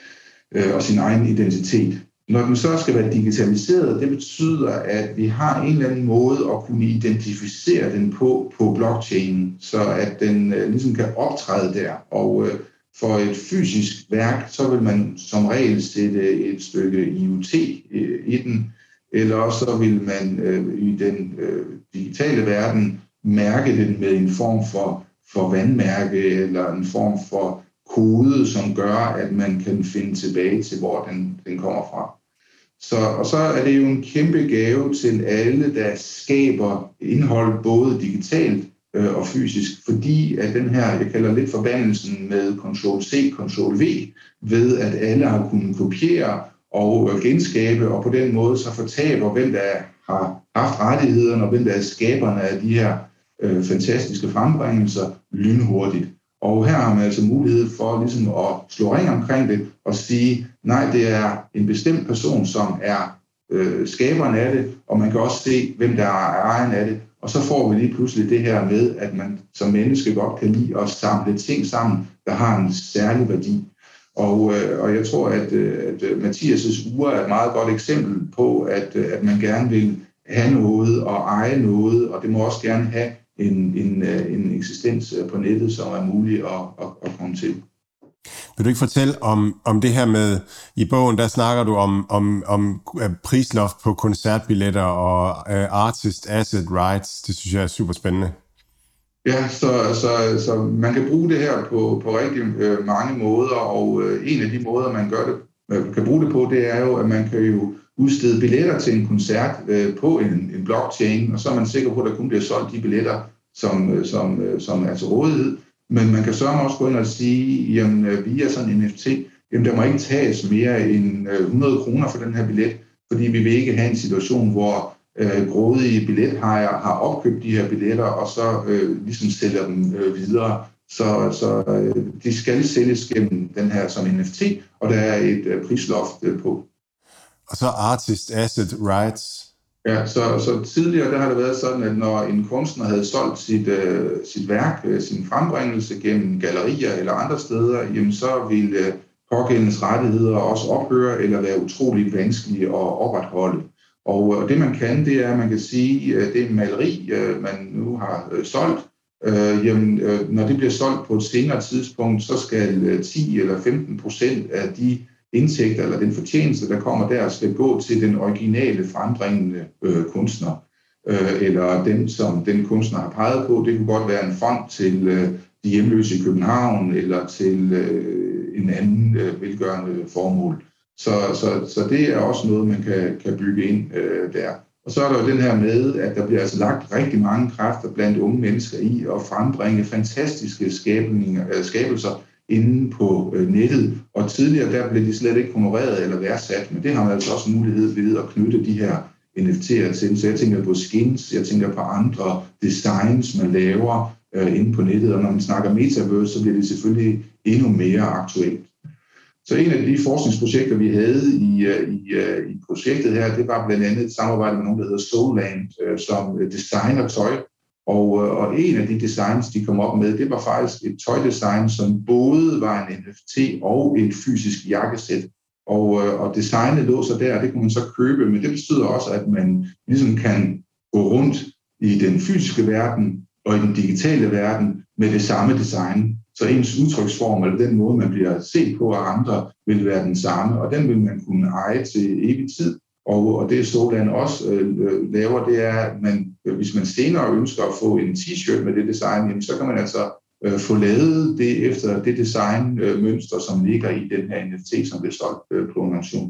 og sin egen identitet. Når den så skal være digitaliseret, det betyder, at vi har en eller anden måde at kunne identificere den på på blockchain, så at den uh, ligesom kan optræde der. Og uh, for et fysisk værk, så vil man som regel sætte et stykke I O T uh, i den, eller også så vil man uh, i den uh, digitale verden mærke den med en form for, for vandmærke, eller en form for kode, som gør, at man kan finde tilbage til, hvor den, den kommer fra. Så, og så er det jo en kæmpe gave til alle, der skaber indhold både digitalt øh, og fysisk, fordi at den her, jeg kalder lidt forbandelsen med control C, control V, ved at alle har kunnet kopiere og genskabe, og på den måde så fortaber, hvem der har haft rettighederne, og hvem der er skaberne af de her øh, fantastiske frembringelser lynhurtigt. Og her har man altså mulighed for ligesom at slå ring omkring det og sige, nej, det er en bestemt person, som er øh, skaberen af det, og man kan også se, hvem der er ejeren af det. Og så får vi lige pludselig det her med, at man som menneske godt kan lide at samle ting sammen, der har en særlig værdi. Og, øh, og jeg tror, at, at Mathias' ure er et meget godt eksempel på, at, at man gerne vil have noget og eje noget, og det må også gerne have En, en, en eksistens på nettet, som er mulig at, at, at komme til. Vil du ikke fortælle om, om det her med, i bogen, der snakker du om, om, om prisloft på koncertbilletter og uh, artist asset rights. Det synes jeg er super spændende. Ja, så, så, så man kan bruge det her på, på rigtig øh, mange måder, og øh, en af de måder, man gør det, man kan bruge det på, det er jo, at man kan jo udstede billetter til en koncert øh, på en, en blockchain, og så er man sikker på, at der kun bliver solgt de billetter, som, som, som er til rådighed. Men man kan så også gå ind og sige, jamen via sådan en N F T, jamen der må ikke tages mere end hundrede kroner for den her billet, fordi vi vil ikke have en situation, hvor øh, grådige billethajer har opkøbt de her billetter, og så øh, ligesom sælger dem øh, videre. Så, så øh, de skal sælges gennem den her som N F T, og der er et øh, prisloft øh, på. Og så artist asset rights. Ja, så, så tidligere der har det været sådan, at når en kunstner havde solgt sit, øh, sit værk, øh, sin frembringelse gennem gallerier eller andre steder, jamen så ville øh, pågældendes rettigheder også ophøre eller være utrolig vanskelige at opretholde. Og, og det man kan, det er, at man kan sige, at det maleri, øh, man nu har øh, solgt, øh, jamen, øh, når det bliver solgt på et senere tidspunkt, så skal øh, ti eller femten procent af de indtægter eller den fortjeneste, der kommer der, skal gå til den originale frembringende øh, kunstner, øh, eller den, som den kunstner har peget på. Det kunne godt være en fond til øh, de hjemløse i København, eller til øh, en anden øh, velgørende formål. Så, så, så det er også noget, man kan, kan bygge ind øh, der. Og så er der jo den her med, at der bliver altså lagt rigtig mange kræfter blandt unge mennesker i at frembringe fantastiske skabelser inde på øh, nettet, og tidligere der blev de slet ikke honoreret eller værdsat, men det har man altså også mulighed ved at knytte de her N F T'er til. Så jeg tænker på skins, jeg tænker på andre designs, man laver øh, inde på nettet, og når man snakker metaverse, så bliver det selvfølgelig endnu mere aktuelt. Så en af de forskningsprojekter, vi havde i, i, i projektet her, det var blandt andet et samarbejde med nogen, der hedder Soulland, øh, som designer tøj. Og, og en af de designs, de kom op med, det var faktisk et tøjdesign, som både var en N F T og et fysisk jakkesæt. Og, og designet lå så der, det kunne man så købe, men det betyder også, at man ligesom kan gå rundt i den fysiske verden og i den digitale verden med det samme design. Så ens udtryksform, eller den måde, man bliver set på af andre, vil være den samme, og den vil man kunne eje til evig tid. Og, og det Soulland også øh, laver, det er, at man, hvis man senere ønsker at få en t-shirt med det design, jamen, så kan man altså øh, få lavet det efter det designmønster, øh, som ligger i den her N F T, som bliver solgt øh, på en auktion.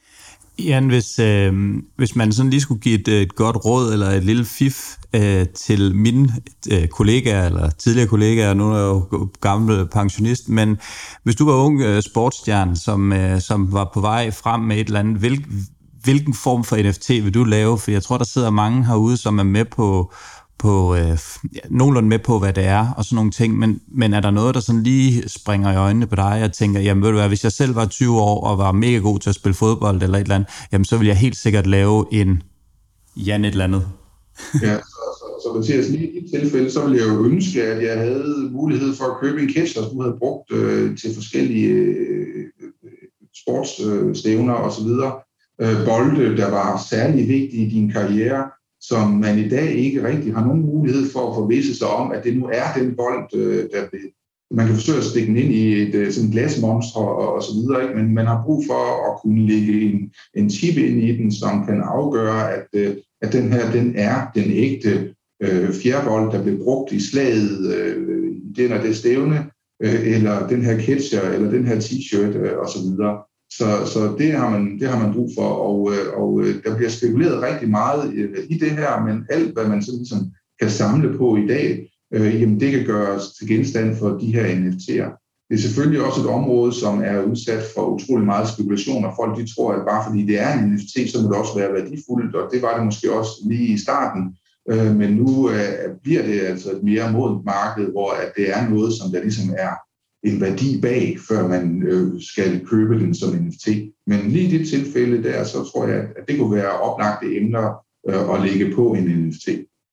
Jan, hvis, øh, hvis man sådan lige skulle give et, et godt råd eller et lille fif øh, til mine øh, kollegaer eller tidligere kollegaer, nu er jeg jo gammel pensionist, men hvis du var ung øh, sportsstjerne, som, øh, som var på vej frem med et eller andet, hvil, hvilken form for N F T vil du lave? For jeg tror, der sidder mange herude, som er med på, på øh, ja, nogenlunde med på, hvad det er, og sådan nogle ting, men, men er der noget, der sådan lige springer i øjnene på dig, og tænker, jamen ved du hvad, hvis jeg selv var tyve år, og var mega god til at spille fodbold, eller et eller andet, jamen så vil jeg helt sikkert lave en Jan et eller andet. Ja, så, så, så Mathias, lige i et tilfælde, så ville jeg jo ønske, at jeg havde mulighed for at købe en catcher, som du havde brugt øh, til forskellige øh, sportsstævner øh, osv., øh, bolde, der var særlig vigtige i din karriere, som man i dag ikke rigtig har nogen mulighed for at forvisse sig om, at det nu er den bold, der vil. Man kan forsøge at stikke den ind i et sådan glasmonster og, og så videre, ikke? Men man har brug for at kunne lægge en, en chip ind i den, som kan afgøre, at, at den her, den er den ægte øh, fjerbold, der blev brugt i slaget øh, i den og det stævne, øh, eller den her catcher, eller den her t-shirt øh, og så videre. Så, så det, har man, det har man brug for, og, og der bliver spekuleret rigtig meget i det her, men alt, hvad man så ligesom kan samle på i dag, øh, jamen det kan gøres til genstand for de her N F T'er. Det er selvfølgelig også et område, som er udsat for utrolig meget spekulation, og folk de tror, at bare fordi det er en N F T, så må det også være værdifuldt, og det var det måske også lige i starten. Øh, men nu øh, bliver det altså et mere modent marked, hvor at det er noget, som der ligesom er en værdi bag, før man øh, skal købe den som N F T. Men lige i det tilfælde der, så tror jeg, at det kunne være oplagte emner øh, at lægge på en N F T.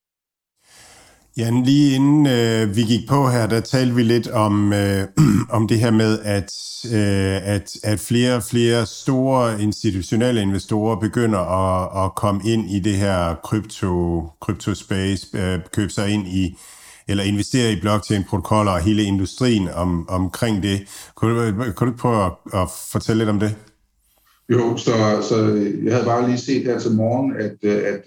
Jan, lige inden øh, vi gik på her, der talte vi lidt om, øh, om det her med, at, øh, at, at flere og flere store institutionelle investorer begynder at, at komme ind i det her krypto, kryptospace, øh, købe sig ind i eller investere i blockchain-protokoller og hele industrien om, omkring det. Kunne du, kunne du prøve at, at fortælle lidt om det? Jo, så, så jeg havde bare lige set her til morgen, at, at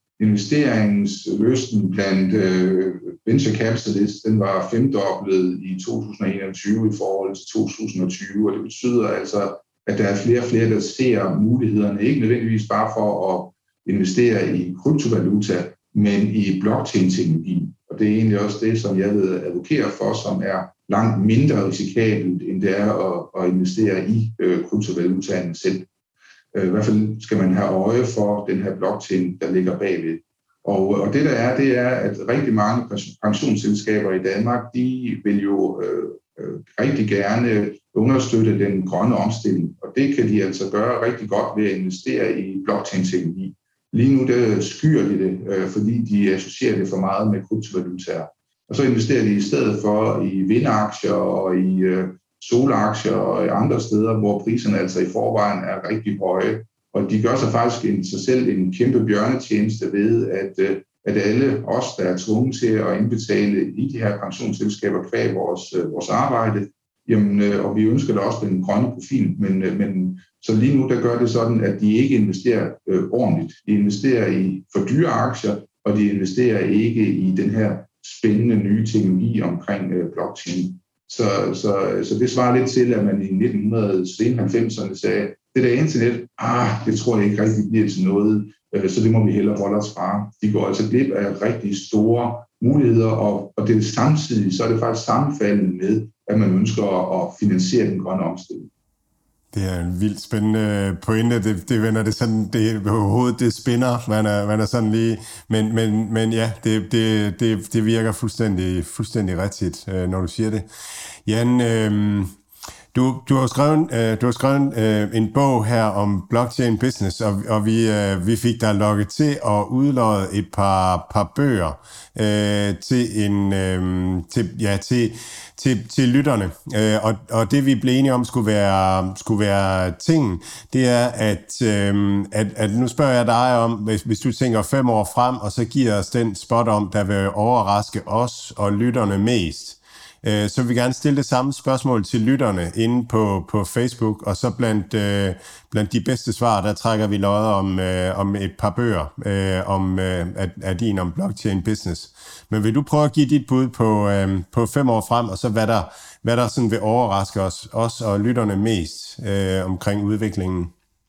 investeringslysten blandt uh, venture capitalists, den var femdoblet i to tusind og enogtyve i forhold til to tusind og tyve, og det betyder altså, at der er flere og flere, der ser mulighederne, ikke nødvendigvis bare for at investere i kryptovaluta, men i blockchain-teknologi. Og det er egentlig også det, som jeg vil advokere for, som er langt mindre risikabelt, end det er at, at investere i øh, kryptovalutaen selv. Øh, I hvert fald skal man have øje for den her blockchain, der ligger bagved. Og, og det der er, det er, at rigtig mange pensionsselskaber i Danmark, de vil jo øh, øh, rigtig gerne understøtte den grønne omstilling. Og det kan de altså gøre rigtig godt ved at investere i blockchain-teknologi. Lige nu der skyer de det, øh, fordi de associerer det for meget med kryptovalutaer. Og så investerer de i stedet for i vindaktier og i øh, solaktier og i andre steder, hvor priserne altså i forvejen er rigtig høje. Og de gør sig faktisk en, sig selv en kæmpe bjørnetjeneste ved, at, øh, at alle os, der er tvunget til at indbetale i de her pensionsselskaber kvæg vores, øh, vores arbejde, jamen, øh, og vi ønsker da også den grønne profil, men, øh, men så lige nu der gør det sådan, at de ikke investerer øh, ordentligt. De investerer i for dyre aktier, og de investerer ikke i den her spændende nye teknologi omkring øh, blockchain. Så, så, så det svarer lidt til, at man i nitten halvfemserne sagde, det der internet, ah, det tror jeg ikke rigtig bliver til noget, øh, så det må vi hellere holde os fra. De går altså glip af rigtig store muligheder, og, og det er samtidig, så er det faktisk sammenfaldende med, at man ønsker at, at finansiere den grønne omstilling. Det er en vildt spændende pointe. Det, det vender det sådan, det hovedet det spinner. Man er, man er sådan lige, men, men, men ja, det, det, det, det virker fuldstændig, fuldstændig rigtigt, når du siger det. Jan, øh, du, du har skrevet, øh, du har skrevet øh, en bog her om blockchain business, og, og vi, øh, vi fik dig lukket til at udlodde et par, par bøger øh, til en, øh, til, ja, til Til, til lytterne. Øh, og, og det vi blev enige om skulle være, skulle være tingen, det er, at, øh, at, at nu spørger jeg dig om, hvis, hvis du tænker fem år frem, og så giver os den spot om, der vil overraske os og lytterne mest. Øh, så vil vi gerne stille det samme spørgsmål til lytterne inde på, på Facebook, og så blandt, øh, blandt de bedste svar, der trækker vi lodder om, øh, om et par bøger øh, om, øh, af, af din om blockchain business. Men vil du prøve at give dit bud på, øh, på fem år frem, og så hvad der, hvad der sådan vil overraske os, os og lytterne mest øh, omkring udviklingen?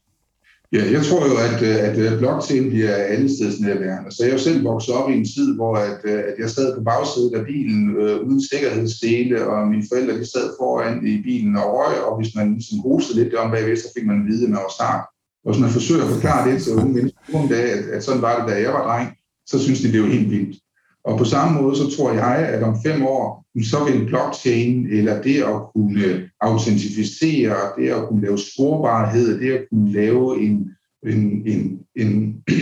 Ja, jeg tror jo, at, at blockchain bliver allestedsnærværende. Så jeg er jo selv vokset op i en tid, hvor at, at jeg sad på bagsædet af bilen øh, uden sikkerhedssele, og mine forældre de sad foran i bilen og røg, og hvis man ligesom hostede lidt om bagved, så fik man at vide, at man var start. Og hvis man forsøger at forklare det til unge mennesker nogle dage, at, at sådan var det, da jeg var dreng, så synes de, det er jo helt vildt. Og på samme måde, så tror jeg, at om fem år, så vil blockchain, eller det at kunne autentificere, det at kunne lave sporbarhed, det at kunne lave en, en, en, en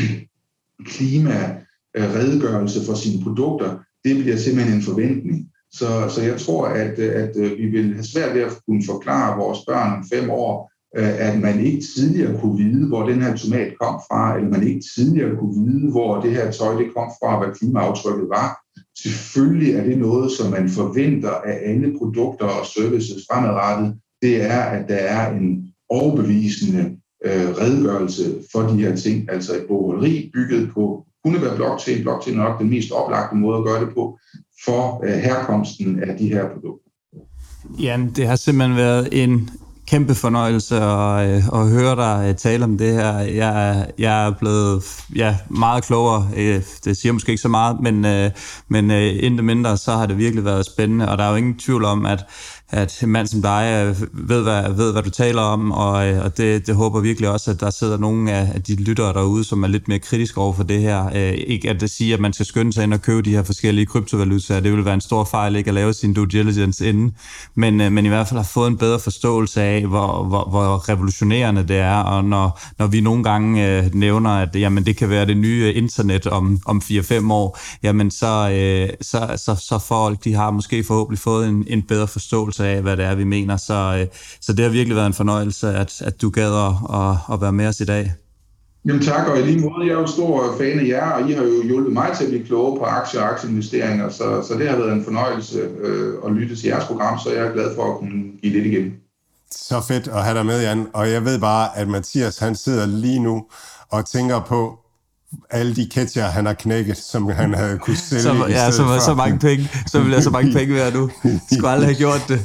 klimaredegørelse for sine produkter, det bliver simpelthen en forventning. Så, så jeg tror, at, at vi vil have svært ved at kunne forklare vores børn om fem år, at man ikke tidligere kunne vide, hvor den her tomat kom fra, eller man ikke tidligere kunne vide, hvor det her tøj det kom fra, hvad klimaaftrykket var. Selvfølgelig er det noget, som man forventer af alle produkter og services fremadrettet. Det er, at der er en overbevisende øh, redegørelse for de her ting, altså et bogholderi bygget på, kunne være blockchain. Blockchain er nok den mest oplagte måde at gøre det på, for øh, herkomsten af de her produkter. Jan, det har simpelthen været en kæmpe fornøjelse at, at høre dig tale om det her. Jeg, jeg er blevet ja, meget klogere. Det siger måske ikke så meget, men, men intet mindre, så har det virkelig været spændende, og der er jo ingen tvivl om, at at en mand som dig ved, hvad, ved, hvad du taler om, og, og det, det håber virkelig også, at der sidder nogle af de lyttere derude, som er lidt mere kritiske over for det her. Ikke at det siger, at man skal skynde sig ind og købe de her forskellige kryptovalutaer. Det vil være en stor fejl ikke at lave sin due diligence inden, men, men i hvert fald har fået en bedre forståelse af, hvor, hvor, hvor revolutionerende det er, og når, når vi nogle gange nævner, at jamen, det kan være det nye internet om, om fire fem år, jamen så, så, så, så folk, de har måske forhåbentlig fået en, en bedre forståelse af, hvad det er, vi mener. Så, så det har virkelig været en fornøjelse, at, at du gad at, at være med os i dag. Jamen tak, og i lige måde, jeg er jo stor fan af jer, og I har jo hjulpet mig til at blive klogere på aktier og aktieinvesteringer, så, så det har været en fornøjelse øh, at lytte til jeres program, så jeg er glad for at kunne give lidt igen. Så fedt at have dig med, Jan, og jeg ved bare, at Mathias, han sidder lige nu og tænker på alle de ketcher, han har knækket, som han havde kunne sælge så, i ja, stedet så, for. så mange penge, så ville jeg så mange penge være nu. Skulle aldrig have gjort det.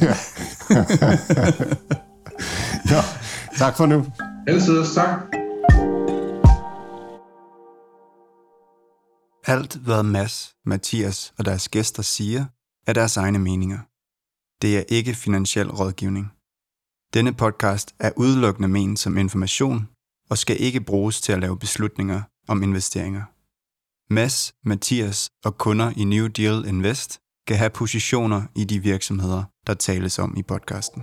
Nå, tak for nu. Altid, tak. Alt, hvad Mads, Mathias og deres gæster siger, er deres egne meninger. Det er ikke finansiel rådgivning. Denne podcast er udelukkende ment som information og skal ikke bruges til at lave beslutninger om investeringer. Mads, Mathias og kunder i New Deal Invest kan have positioner i de virksomheder, der tales om i podcasten.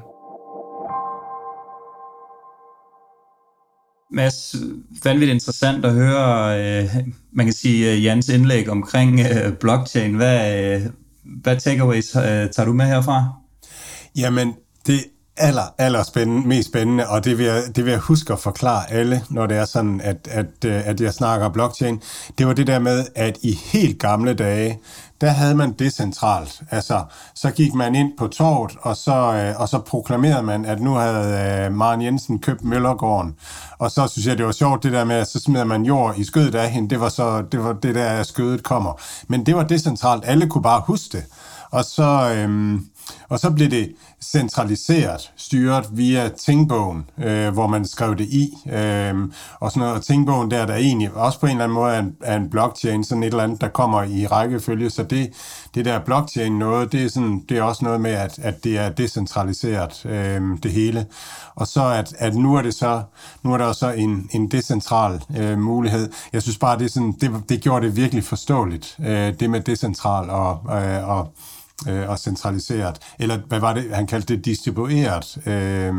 Mads, vanvittigt interessant at høre, øh, man kan sige, Jans indlæg omkring øh, blockchain. Hvad, øh, hvad takeaways øh, tager du med herfra? Jamen, det aller, aller spændende, mest spændende, og det vil, jeg, det vil jeg huske at forklare alle, når det er sådan, at, at, at jeg snakker blockchain, det var det der med, at i helt gamle dage, der havde man decentralt. Altså, så gik man ind på torvet, og så, øh, og så proklamerede man, at nu havde øh, Maren Jensen købt Møllergården. Og så synes jeg, det var sjovt, det der med, at så smider man jord i skødet af hende. Det var så det, var det der, skødet kommer. Men det var decentralt. Alle kunne bare huske det. Og så... Øh, Og så blev det centraliseret, styret via Tingbogen, øh, hvor man skrev det i. Øh, og sådan noget. Og Tingbogen der, der egentlig også på en eller anden måde er en, er en blockchain, sådan et eller andet, der kommer i rækkefølge. Så det, det der blockchain noget, det er, sådan, det er også noget med, at, at det er decentraliseret, øh, det hele. Og så at, at nu er det så nu er der så en, en decentral øh, mulighed. Jeg synes bare, det, er sådan, det, det gjorde det virkelig forståeligt, øh, det med decentral og... Øh, og og centraliseret, eller hvad var det, han kaldte det, distribueret øh,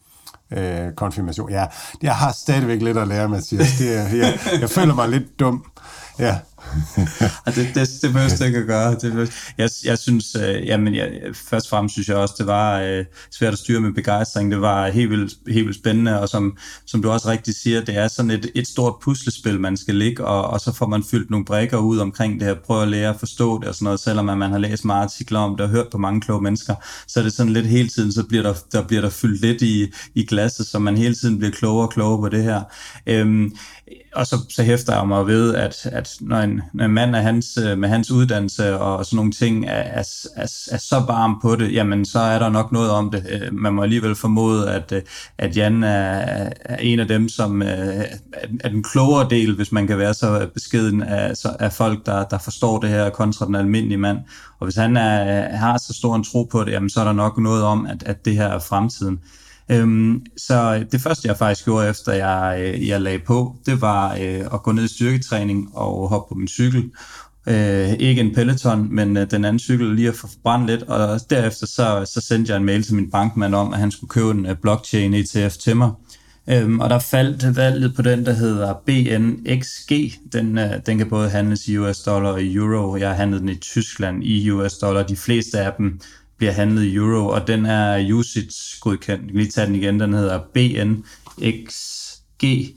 øh, konfirmation. Ja, jeg har stadigvæk lidt at lære, Mathias. Det er, jeg, jeg føler mig lidt dum. Ja. det, det, det behøver jeg ikke at gøre. Det, jeg, jeg synes, øh, jamen, jeg, først og fremmest synes jeg også, det var øh, svært at styre med begejstring. Det var helt vildt, helt vildt spændende, og som, som du også rigtig siger, det er sådan et, et stort puslespil, man skal ligge, og, og så får man fyldt nogle brikker ud omkring det her, prøve at lære at forstå det og sådan noget, selvom man har læst meget artikler om det og hørt på mange kloge mennesker, så er det sådan lidt hele tiden, så bliver der, der, bliver der fyldt lidt i, i glasset, så man hele tiden bliver klogere og klogere på det her. Øhm, og så, så hæfter jeg mig ved, at, at når, en, når en mand af hans, med hans uddannelse og sådan nogle ting er, er, er, er så varm på det, jamen så er der nok noget om det. Man må alligevel formode, at, at Jan er, er en af dem, som er, er den klogere del, hvis man kan være så beskeden af, af folk, der, der forstår det her kontra den almindelige mand. Og hvis han er, har så stor en tro på det, jamen så er der nok noget om, at, at det her er fremtiden. Øhm, så det første, jeg faktisk gjorde, efter jeg, jeg lagde på, det var øh, at gå ned i styrketræning og hoppe på min cykel. Øh, ikke en Peloton, men øh, den anden cykel, lige at få brændt lidt. Og derefter så, så sendte jeg en mail til min bankmand om, at han skulle købe en uh, blockchain E T F til mig. Øhm, og der faldt valget på den, der hedder B N X G. Den, øh, den kan både handles i U S dollar og i euro. Jeg har handlet den i Tyskland i U S dollar. De fleste af dem bliver handlet i euro, og den er usage-godkendt. Jeg kan lige tage den igen. Den hedder B N X G.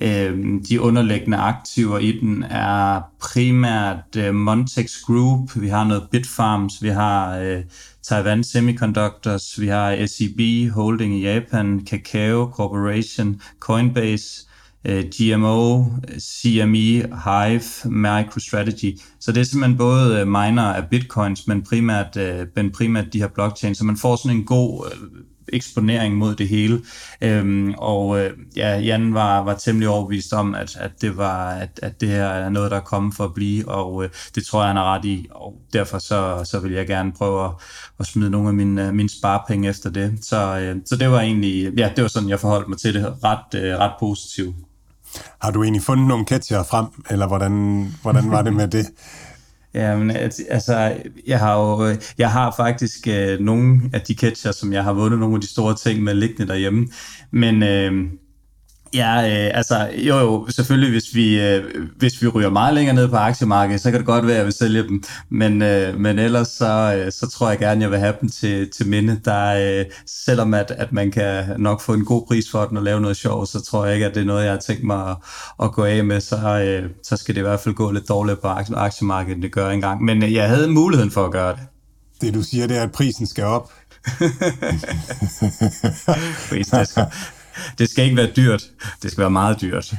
De underliggende aktiver i den er primært Montex Group, vi har noget Bitfarms, vi har uh, Taiwan Semiconductors, vi har S E B Holding i Japan, Kakao Corporation, Coinbase, G M O, C M E, Hive, MicroStrategy. Så det er simpelthen både miner af bitcoins, men primært, men primært de her blockchain, så man får sådan en god eksponering mod det hele. Øhm, og ja, Jan var, var temmelig overbevist om, at, at, det var, at, at det her er noget, der er kommet for at blive, og øh, det tror jeg, han er ret i, og derfor så, så vil jeg gerne prøve at, at smide nogle af mine, mine sparepenge efter det. Så, øh, så det var egentlig, ja, det var sådan, jeg forholdt mig til det ret, øh, ret positivt. Har du egentlig fundet nogle catcher frem, eller hvordan, hvordan var det med det? Jamen, altså, jeg har jo, jeg har faktisk øh, nogle af de catcher, som jeg har vundet nogle af de store ting med liggende derhjemme, men øh, Ja, øh, altså jo jo, selvfølgelig hvis vi, øh, hvis vi ryger meget længere ned på aktiemarkedet, så kan det godt være, at jeg vil sælge dem, men, øh, men ellers så, øh, så tror jeg gerne, jeg vil have dem til, til minde. Der, øh, selvom at, at man kan nok få en god pris for den og lave noget sjov, så tror jeg ikke, at det er noget, jeg har tænkt mig at, at gå af med, så, øh, så skal det i hvert fald gå lidt dårligt på aktiemarkedet, end det gør engang. Men øh, jeg havde muligheden for at gøre det. Det du siger, det er, at prisen skal op. Prisen skal Det skal ikke være dyrt. Det skal være meget dyrt.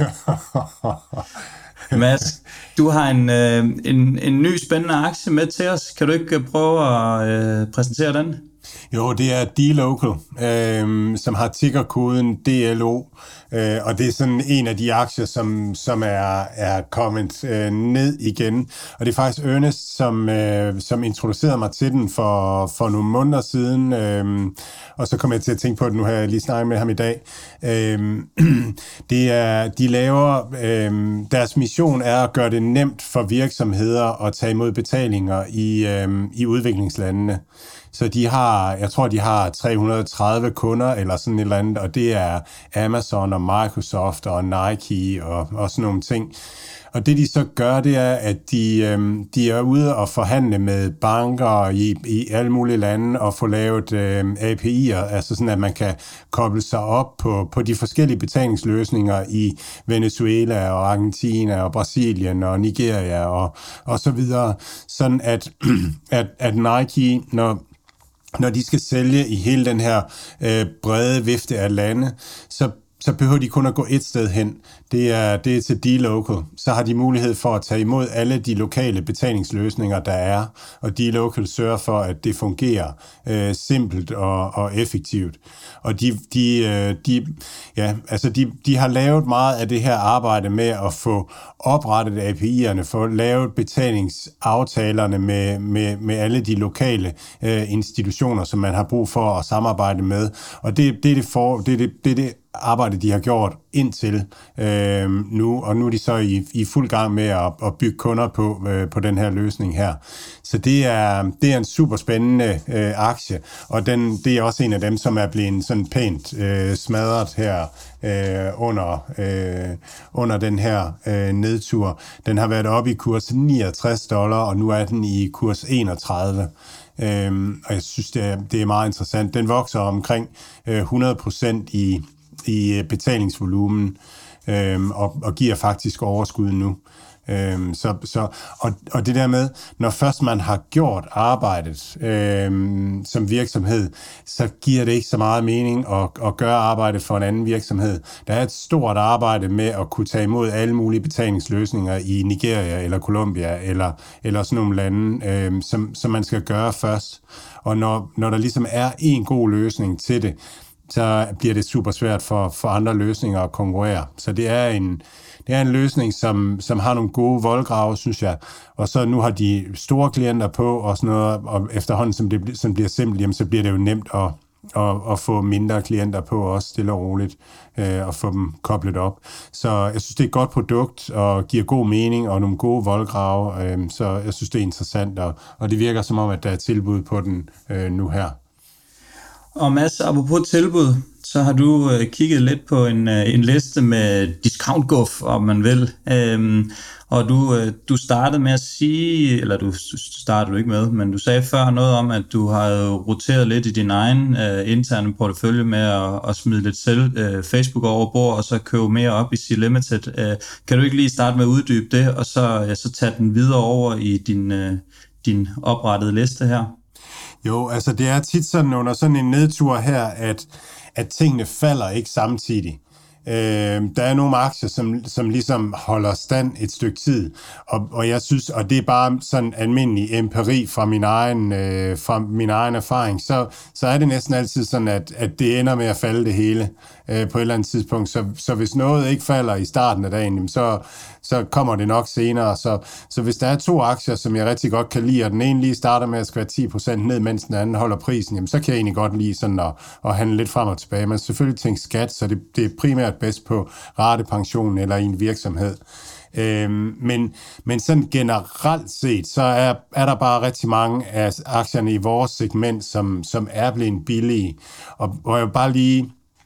Mads, du har en, en, en ny spændende aktie med til os. Kan du ikke prøve at øh, præsentere den? Jo, det er dLocal, øh, som har tickerkoden D L O, øh, og det er sådan en af de aktier, som, som er, er kommet øh, ned igen. Og det er faktisk Ernest, som, øh, som introducerede mig til den for, for nogle måneder siden, øh, og så kom jeg til at tænke på det, nu har jeg lige snakket med ham i dag. Øh, det er, de laver, øh, deres mission er at gøre det nemt for virksomheder at tage imod betalinger i, øh, i udviklingslandene. Så de har, jeg tror, de har tre hundrede og tredive kunder eller sådan et eller andet, og det er Amazon og Microsoft og Nike og, og sådan nogle ting. Og det de så gør, det er, at de, øhm, de er ude og forhandle med banker i, i alle mulige lande og få lavet øhm, A P I'er, altså sådan, at man kan koble sig op på, på de forskellige betalingsløsninger i Venezuela og Argentina og Brasilien og Nigeria og, og så videre. Sådan at, at, at Nike, når Når de skal sælge i hele den her øh, brede vifte af lande, så, så behøver de kun at gå et sted hen. Det er, det er til dLocal. Så har de mulighed for at tage imod alle de lokale betalingsløsninger, der er, og dLocal sørger for, at det fungerer øh, simpelt og, og effektivt. Og de, de, de, ja, altså de, de har lavet meget af det her arbejde med at få oprettet A P I'erne, få lavet betalingsaftalerne med, med, med alle de lokale øh, institutioner, som man har brug for at samarbejde med. Og det, det er det, for, det, det, det, det arbejde, de har gjort indtil øh, nu, og nu er de så i, i fuld gang med at, at bygge kunder på, øh, på den her løsning her. Så det er, det er en super spændende øh, aktie, og den, det er også en af dem, som er blevet sådan pænt øh, smadret her øh, under, øh, under den her øh, nedtur. Den har været oppe i kurs niogtres dollar, og nu er den i kurs enogtredive. Øhm, og jeg synes, det er, det er meget interessant. Den vokser omkring øh, hundrede procent i i betalingsvolumen, øhm, og, og giver faktisk overskud nu. Øhm, så, så, og, og det der med, når først man har gjort arbejdet øhm, som virksomhed, så giver det ikke så meget mening at, at gøre arbejdet for en anden virksomhed. Der er et stort arbejde med at kunne tage imod alle mulige betalingsløsninger i Nigeria eller Colombia eller, eller sådan nogle lande, øhm, som, som man skal gøre først. Og når, når der ligesom er en god løsning til det, så bliver det super svært for, for andre løsninger at konkurrere. Så det er en, det er en løsning, som, som har nogle gode voldgrave, synes jeg. Og så nu har de store klienter på og sådan noget, og efterhånden, som det som bliver simpelt, jamen, så bliver det jo nemt at, at, at få mindre klienter på, også stille og roligt, øh, og få dem koblet op. Så jeg synes, det er et godt produkt, og giver god mening, og nogle gode voldgrave, øh, så jeg synes, det er interessant, og, og det virker som om, at der er tilbud på den øh, nu her. Og Mads, apropos tilbud, så har du øh, kigget lidt på en, øh, en liste med discount-guf, om man vil. Øhm, og du, øh, du startede med at sige, eller du startede du ikke med, men du sagde før noget om, at du har roteret lidt i din egen øh, interne portefølje med at, at smide lidt selv øh, Facebook over bord, og så købe mere op i C-Limited. Øh, kan du ikke lige starte med at uddybe det, og så, øh, så tage den videre over i din, øh, din oprettede liste her? Jo, altså det er tit sådan under sådan en nedtur her, at, at tingene falder ikke samtidig. Øh, der er nogle aktier, som, som ligesom holder stand et stykke tid, og, og jeg synes, og det er bare sådan almindelig empiri fra min egen, øh, fra min egen erfaring, så, så er det næsten altid sådan, at, at det ender med at falde det hele øh, på et eller andet tidspunkt. Så, så hvis noget ikke falder i starten af dagen, så, så kommer det nok senere. Så, så hvis der er to aktier, som jeg rigtig godt kan lide, og den ene lige starter med at skal være ti procent ned, mens den anden holder prisen, jamen, så kan jeg egentlig godt lide sådan at, at handle lidt frem og tilbage. Men selvfølgelig tænke skat, så det, det er primært bedst på ratepension eller i en virksomhed. Øhm, men, men sådan generelt set, så er, er der bare rigtig mange af aktierne i vores segment, som, som er blevet billige. Og, og jeg vil bare lige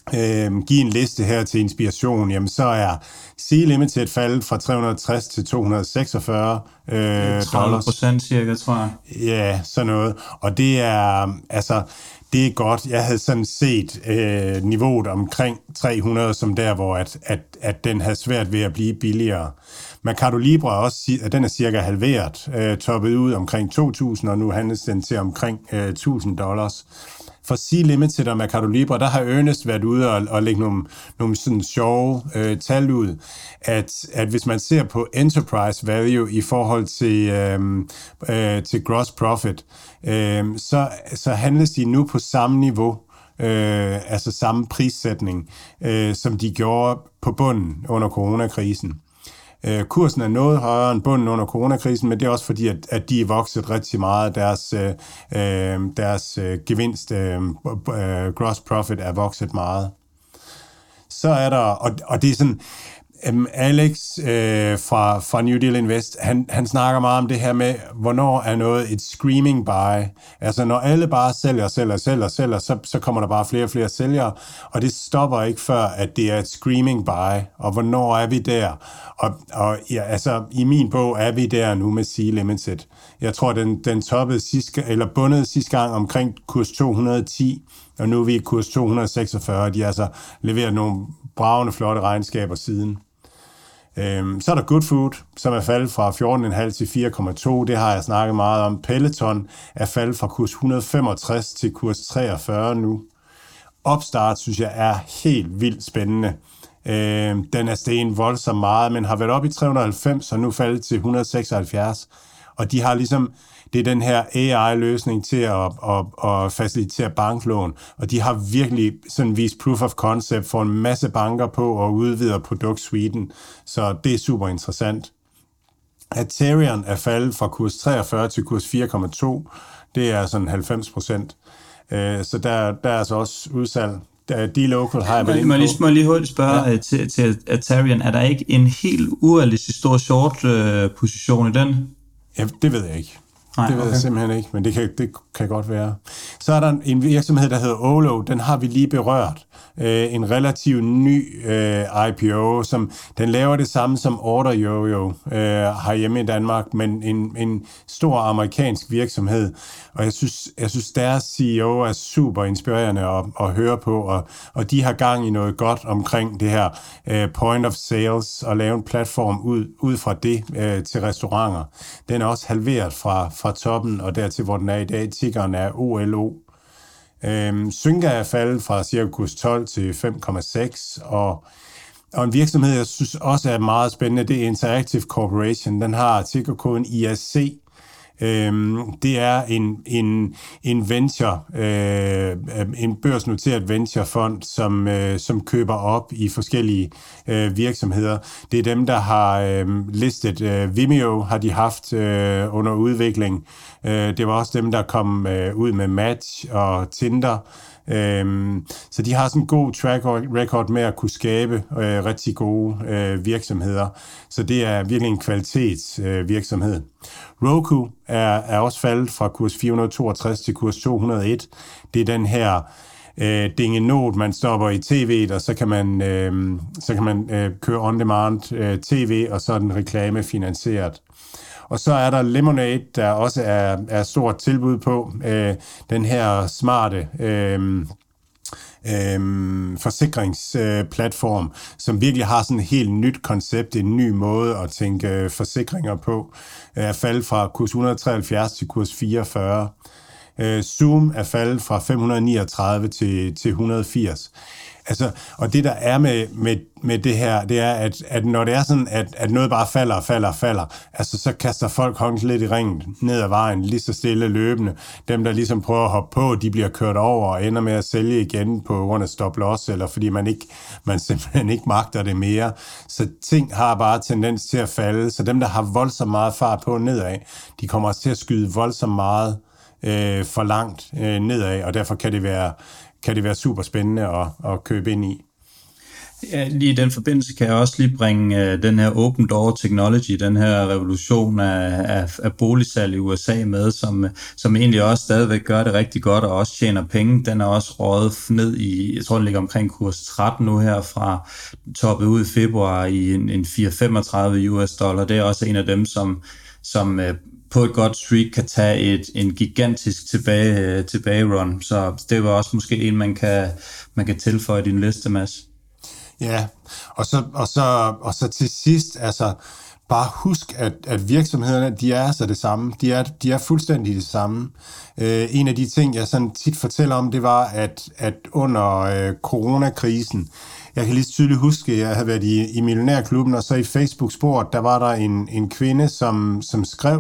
øh, give en liste her til inspiration, jamen så er Sea Limited faldet fra tre hundrede og tres til to hundrede og seksogfyrre øh, tredive procent cirka, tror jeg. Ja, sådan noget. Og det er, altså, det er godt. Jeg havde sådan set øh, niveauet omkring tre hundrede, som der, hvor at, at, at den havde svært ved at blive billigere. Mercado Libre er også, den er cirka halveret, øh, toppet ud omkring to tusind, og nu handles den til omkring øh, tusind dollars. For Sea Limited og Mercado Libre, der har Ernest været ude og, og lægge nogle, nogle sådan sjove øh, tal ud, at, at hvis man ser på enterprise value i forhold til, øh, øh, til gross profit, øh, så, så handles de nu på samme niveau, øh, altså samme prissætning, øh, som de gjorde på bunden under coronakrisen. Kursen er noget højere end bunden under coronakrisen, men det er også fordi, at, at de er vokset rigtig meget. Deres, øh, deres øh, gevinst, øh, gross profit, er vokset meget. Så er der, og, og det er sådan, um, Alex øh, fra, fra New Deal Invest, han, han snakker meget om det her med, hvornår er noget et screaming buy. Altså når alle bare sælger, sælger, sælger, sælger, så, så kommer der bare flere og flere sælgere, og det stopper ikke før, at det er et screaming buy. Og hvornår er vi der? Og, og ja, altså i min bog er vi der nu med Sea Limited. Jeg tror, den, den toppede sidste, eller bundede sidste gang omkring kurs to hundrede og ti, og nu er vi i kurs to hundrede og seksogfyrre. De har altså leveret nogle bravende, flotte regnskaber siden. Øhm, så er der Good Food, som er faldet fra fjorten komma fem til fire komma to. Det har jeg snakket meget om. Peloton er faldet fra kurs et hundrede og femogtres til kurs treogfyrre nu. Upstart, synes jeg, er helt vildt spændende. Øhm, den er steget voldsomt meget, men har været op i tre hundrede og halvfems, og nu faldet til et hundrede og seksoghalvfjerds. Og de har ligesom, det er den her A I-løsning til at, at, at facilitere banklån, og de har virkelig sådan vist proof of concept for en masse banker på og udvider produktsuiten, så det er super interessant. Aterion er faldet fra kurs treogfyrre til kurs fire komma to, det er sådan halvfems procent, så der, der er altså også udsalg. D-Local har jeg vel inde på. Må jeg lige hurtigt spørge ja. til, til Aterion, er der ikke en helt urealistisk stor short øh, position i den? Ja, det ved jeg ikke. Nej, det ved okay. jeg simpelthen ikke, men det kan, det kan godt være. Så er der en virksomhed, der hedder Olo. Den har vi lige berørt. Øh, en relativt ny øh, I P O, som den laver det samme som OrderYoyo øh, herhjemme i Danmark, men en, en stor amerikansk virksomhed. Og jeg synes, jeg synes deres C E O er super inspirerende at, at høre på, og, og de har gang i noget godt omkring det her øh, point of sales, og lave en platform ud, ud fra det øh, til restauranter. Den er også halveret fra, fra toppen, og dertil, hvor den er i dag. Tickeren er O L O. Øhm, Zynga er faldet fra cirka kurs tolv til fem komma seks, og, og en virksomhed, jeg synes også er meget spændende, det er Interactive Corporation. Den har tickerkoden I S C. Øhm, det er en, en, en venture, øh, en børsnoteret venturefond, som, øh, som køber op i forskellige øh, virksomheder. Det er dem, der har øh, listet øh, Vimeo, har de haft øh, under udvikling. Øh, det var også dem, der kom øh, ud med Match og Tinder. Øhm, så de har sådan en god track record med at kunne skabe øh, rigtig gode øh, virksomheder. Så det er virkelig en kvalitetsvirksomhed. Øh, Roku er, er også faldet fra kurs fire hundrede og toogtres til kurs to hundrede og et. Det er den her øh, dingenot, man stopper i tv'et, og så kan man, øh, så kan man øh, køre on-demand øh, tv, og så er den reklamefinansieret. Og så er der Lemonade, der også er, er stort tilbud på. Øh, den her smarte øh, øh, forsikringsplatform, som virkelig har sådan et helt nyt koncept, en ny måde at tænke øh, forsikringer på, er faldet fra kurs et hundrede og treoghalvfjerds til kurs fireogfyrre. Øh, Zoom er faldet fra fem hundrede og niogtredive til, til et hundrede og firs. Altså, og det der er med, med, med det her, det er, at, at når det er sådan, at, at noget bare falder og falder og falder, altså så kaster folk håndklædet i ringen ned ad vejen, lige så stille løbende. Dem, der ligesom prøver at hoppe på, de bliver kørt over og ender med at sælge igen på grund af stop loss, eller fordi man, ikke, man simpelthen ikke magter det mere. Så ting har bare tendens til at falde, så dem, der har voldsomt meget fart på nedad, de kommer også til at skyde voldsomt meget øh, for langt øh, nedad, og derfor kan det være kan det være super spændende at, at købe ind i. Ja, lige i den forbindelse kan jeg også lige bringe uh, den her open door technology, den her revolution af, af, af boligsalg i U S A med, som, som egentlig også stadigvæk gør det rigtig godt og også tjener penge. Den er også røget ned i, jeg tror den ligger omkring kurs tretten nu her, fra toppet ud i februar i en, en fire komma femogtredive U S dollar. Det er også en af dem, som, som uh, på et godt streak kan tage et, en gigantisk tilbage, tilbagerun. Så det var også måske en, man kan, man kan tilføje i din liste, Mads. Ja, og så, og, så, og så til sidst, altså bare husk, at, at virksomhederne, de er altså det samme. De er, de er fuldstændig det samme. Øh, en af de ting, jeg sådan tit fortæller om, det var, at, at under øh, coronakrisen, jeg kan lige tydeligt huske, at jeg havde været i, i Millionærklubben, og så i Facebook-sporet, der var der en, en kvinde, som, som skrev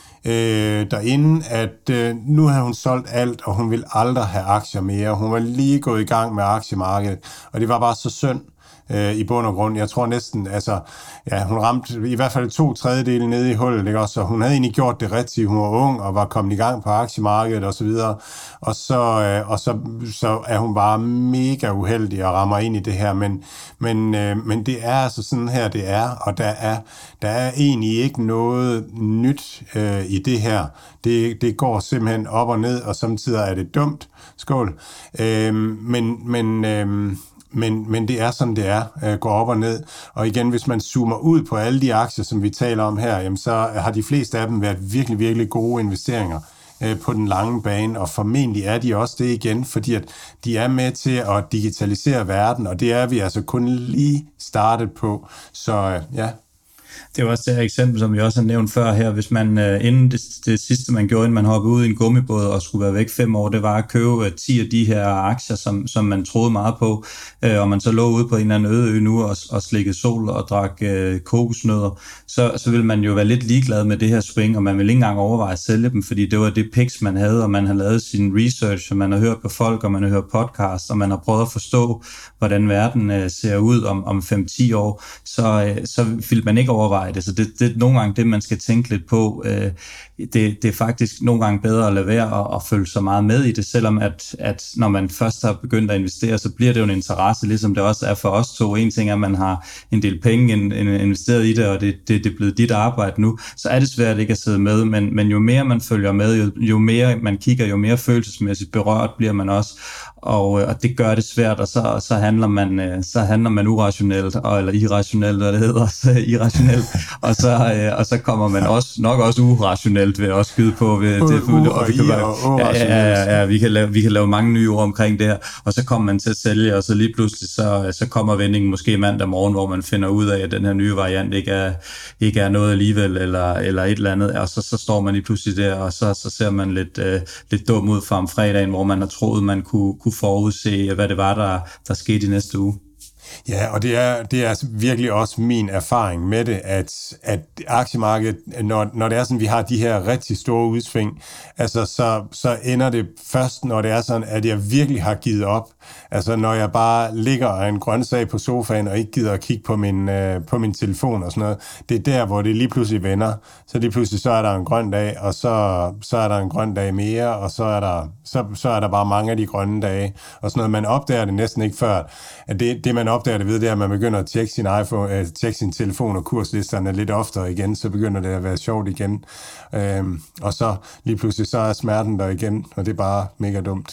øh, derinde, at øh, nu havde hun solgt alt, og hun ville aldrig have aktier mere. Hun var lige gået i gang med aktiemarkedet, og det var bare så synd øh, i bund og grund. Jeg tror næsten, altså, ja, hun ramte i hvert fald to tredjedele nede i hullet, ikke også? Så hun havde egentlig gjort det rigtigt. Hun var ung og var kommet i gang på aktiemarkedet og så videre. Og så, øh, og så, så er hun bare mega uheldig og rammer ind i det her. Men, men, øh, men det er altså sådan her, det er. Og der er, der er egentlig ikke noget nyt øh, i det her. Det, det går simpelthen op og ned, og samtidig er det dumt. Skål. Øh, men, men øh, Men, men det er sådan, det er, øh, går op og ned. Og igen, hvis man zoomer ud på alle de aktier, som vi taler om her, jamen, så har de fleste af dem været virkelig, virkelig gode investeringer øh, på den lange bane, og formentlig er de også det igen, fordi at de er med til at digitalisere verden, og det er vi altså kun lige startet på. Så øh, ja. Det var også det her eksempel, som vi også har nævnt før her. Hvis man uh, inden det, det sidste, man gjorde, inden man hoppede ud i en gummibåd og skulle være væk fem år, det var at købe uh, ti af de her aktier, som, som man troede meget på, uh, og man så lå ude på en eller anden øde ø nu og, og slikkede sol og drak uh, kokosnødder, så, så ville man jo være lidt ligeglad med det her swing, og man ville ikke engang overveje at sælge dem, fordi det var det picks, man havde, og man har lavet sin research, og man har hørt på folk, og man har hørt podcasts, og man har prøvet at forstå, hvordan verden uh, ser ud om, om fem til ti år, så, uh, så ville man ikke overveje det. Så det, det er nogle gange det, man skal tænke lidt på. Det, det er faktisk nogle gange bedre at lade være at, at følge så meget med i det, selvom at, at når man først har begyndt at investere, så bliver det jo en interesse, ligesom det også er for os to. En ting er, at man har en del penge investeret i det, og det, det, det er blevet dit arbejde nu, så er det svært ikke at sidde med, men, men jo mere man følger med, jo, jo mere man kigger, jo mere følelsesmæssigt berørt bliver man også. Og, og det gør det svært, og så, så, handler, man, så handler man urationelt, og, eller irrationelt, hvad det hedder, så irrationelt, og så, og så kommer man også nok også urationelt ved at skyde på. Ved, det, og, og, vi kan, og ja, ja, ja, ja, vi kan lave, vi kan lave mange nye ord omkring det her, og så kommer man til at sælge, og så lige pludselig, så, så kommer vendingen måske mandag morgen, hvor man finder ud af, at den her nye variant ikke er, ikke er noget alligevel, eller, eller et eller andet, og så, så står man lige pludselig der, og så, så ser man lidt, øh, lidt dum ud fra om fredagen, hvor man har troet, man kunne, kunne forudse, hvad det var, der, der skete i næste uge. Ja, og det er, det er virkelig også min erfaring med det, at, at aktiemarkedet, når, når det er sådan, vi har de her rigtig store udsving, altså så, så ender det først, når det er sådan, at jeg virkelig har givet op. Altså når jeg bare ligger af en grøntsag på sofaen og ikke gider at kigge på min, øh, på min telefon og sådan noget. Det er der, hvor det lige pludselig vender. Så lige pludselig så er der en grøn dag, og så, så er der en grøn dag mere, og så er, der, så, så er der bare mange af de grønne dage. Og sådan noget, man opdager det næsten ikke før. At det, det man opdager det ved, det er, at man begynder at tjekke sin iPhone, øh, tjekke sin telefon og kurslisterne lidt oftere igen, så begynder det at være sjovt igen. Øhm, og så lige pludselig så er smerten der igen, og det er bare mega dumt.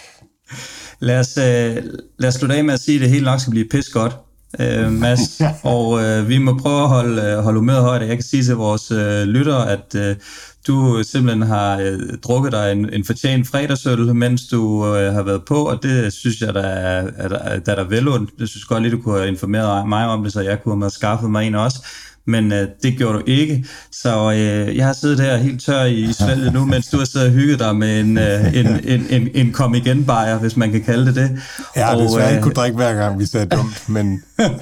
Lad os, øh, lad os slutte af med at sige, at det helt nok skal blive pis godt, øh, Mads. Og øh, vi må prøve at holde, holde humøret højt. Jeg kan sige til vores øh, lyttere, at øh, du simpelthen har øh, drukket dig en, en fortjent fredagsøl, mens du øh, har været på, og det synes jeg, der er, er, er, der er velundt. Det synes jeg godt lige, du kunne have informeret mig om det, så jeg kunne have skaffet mig en også. Men øh, det gjorde du ikke, så øh, jeg har siddet her helt tør i, i svælget nu, mens du har siddet og hygget dig med en, øh, en, en, en, en kom igen bajer, hvis man kan kalde det det. Jeg har desværre øh, ikke kunne drikke hver gang, hvis det er dumt, men...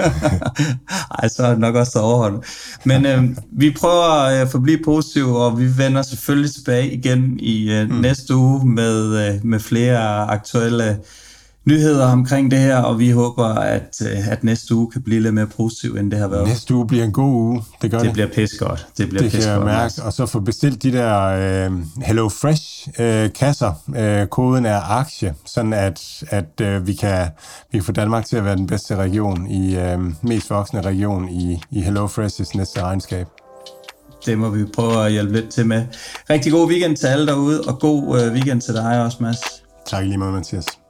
Ej, så er det nok også overholdt. Men øh, vi prøver at forblive positive, og vi vender selvfølgelig tilbage igen i øh, mm. næste uge med, øh, med flere aktuelle nyheder omkring det her, og vi håber, at, at næste uge kan blive lidt mere positiv, end det har været. Næste uge bliver en god uge. Det gør det. Det bliver pissegodt. Det bliver det kan jeg mærke. Mads. Og så få bestilt de der øh, HelloFresh-kasser. Øh, koden er aktie, sådan at, at øh, vi, kan, vi kan få Danmark til at være den bedste region, i øh, mest voksende region i, i HelloFresh's næste regnskab. Det må vi prøve at hjælpe lidt til med. Rigtig god weekend til alle derude, og god øh, weekend til dig også, Mads. Tak i lige måde, Mathias.